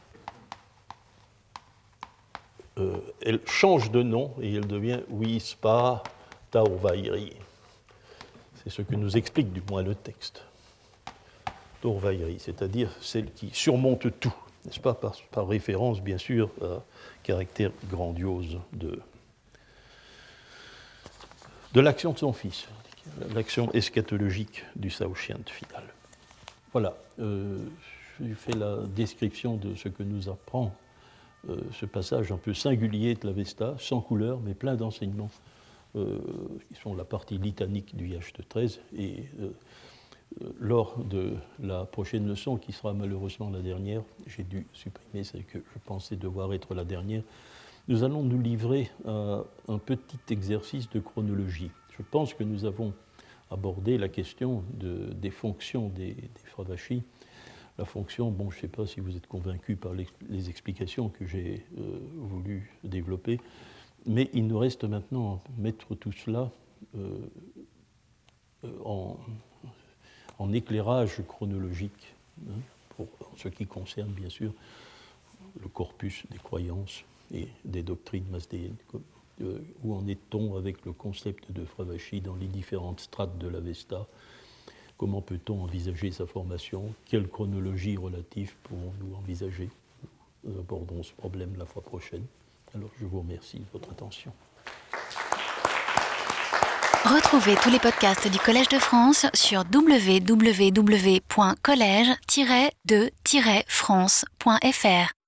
euh, elle change de nom et elle devient Wispa Taurvairi. C'est ce que nous explique du moins le texte. Taurvairi, c'est-à-dire celle qui surmonte tout. N'est-ce pas, par, par référence, bien sûr, à caractère grandiose de, de l'action de son fils, l'action eschatologique du Saoshyant final. Voilà, euh, j'ai fait la description de ce que nous apprend euh, ce passage un peu singulier de l'Avesta, sans couleur, mais plein d'enseignements, euh, qui sont la partie litanique du Yacht treize, et euh, lors de la prochaine leçon, qui sera malheureusement la dernière, j'ai dû supprimer celle que je pensais devoir être la dernière, nous allons nous livrer à un petit exercice de chronologie. Je pense que nous avons abordé la question de, des fonctions des, des Fravashis. La fonction, bon, je ne sais pas si vous êtes convaincus par les, les explications que j'ai euh, voulu développer, mais il nous reste maintenant à mettre tout cela euh, en... en éclairage chronologique, hein, pour ce qui concerne bien sûr le corpus des croyances et des doctrines masdéennes. Euh, où en est-on avec le concept de Fravashi dans les différentes strates de l'Avesta? Comment peut-on envisager sa formation? Quelle chronologie relative pouvons-nous envisager? Nous abordons ce problème la fois prochaine. Alors je vous remercie de votre attention. Retrouvez tous les podcasts du Collège de France sur w w w point collège tiret de tiret france point f r.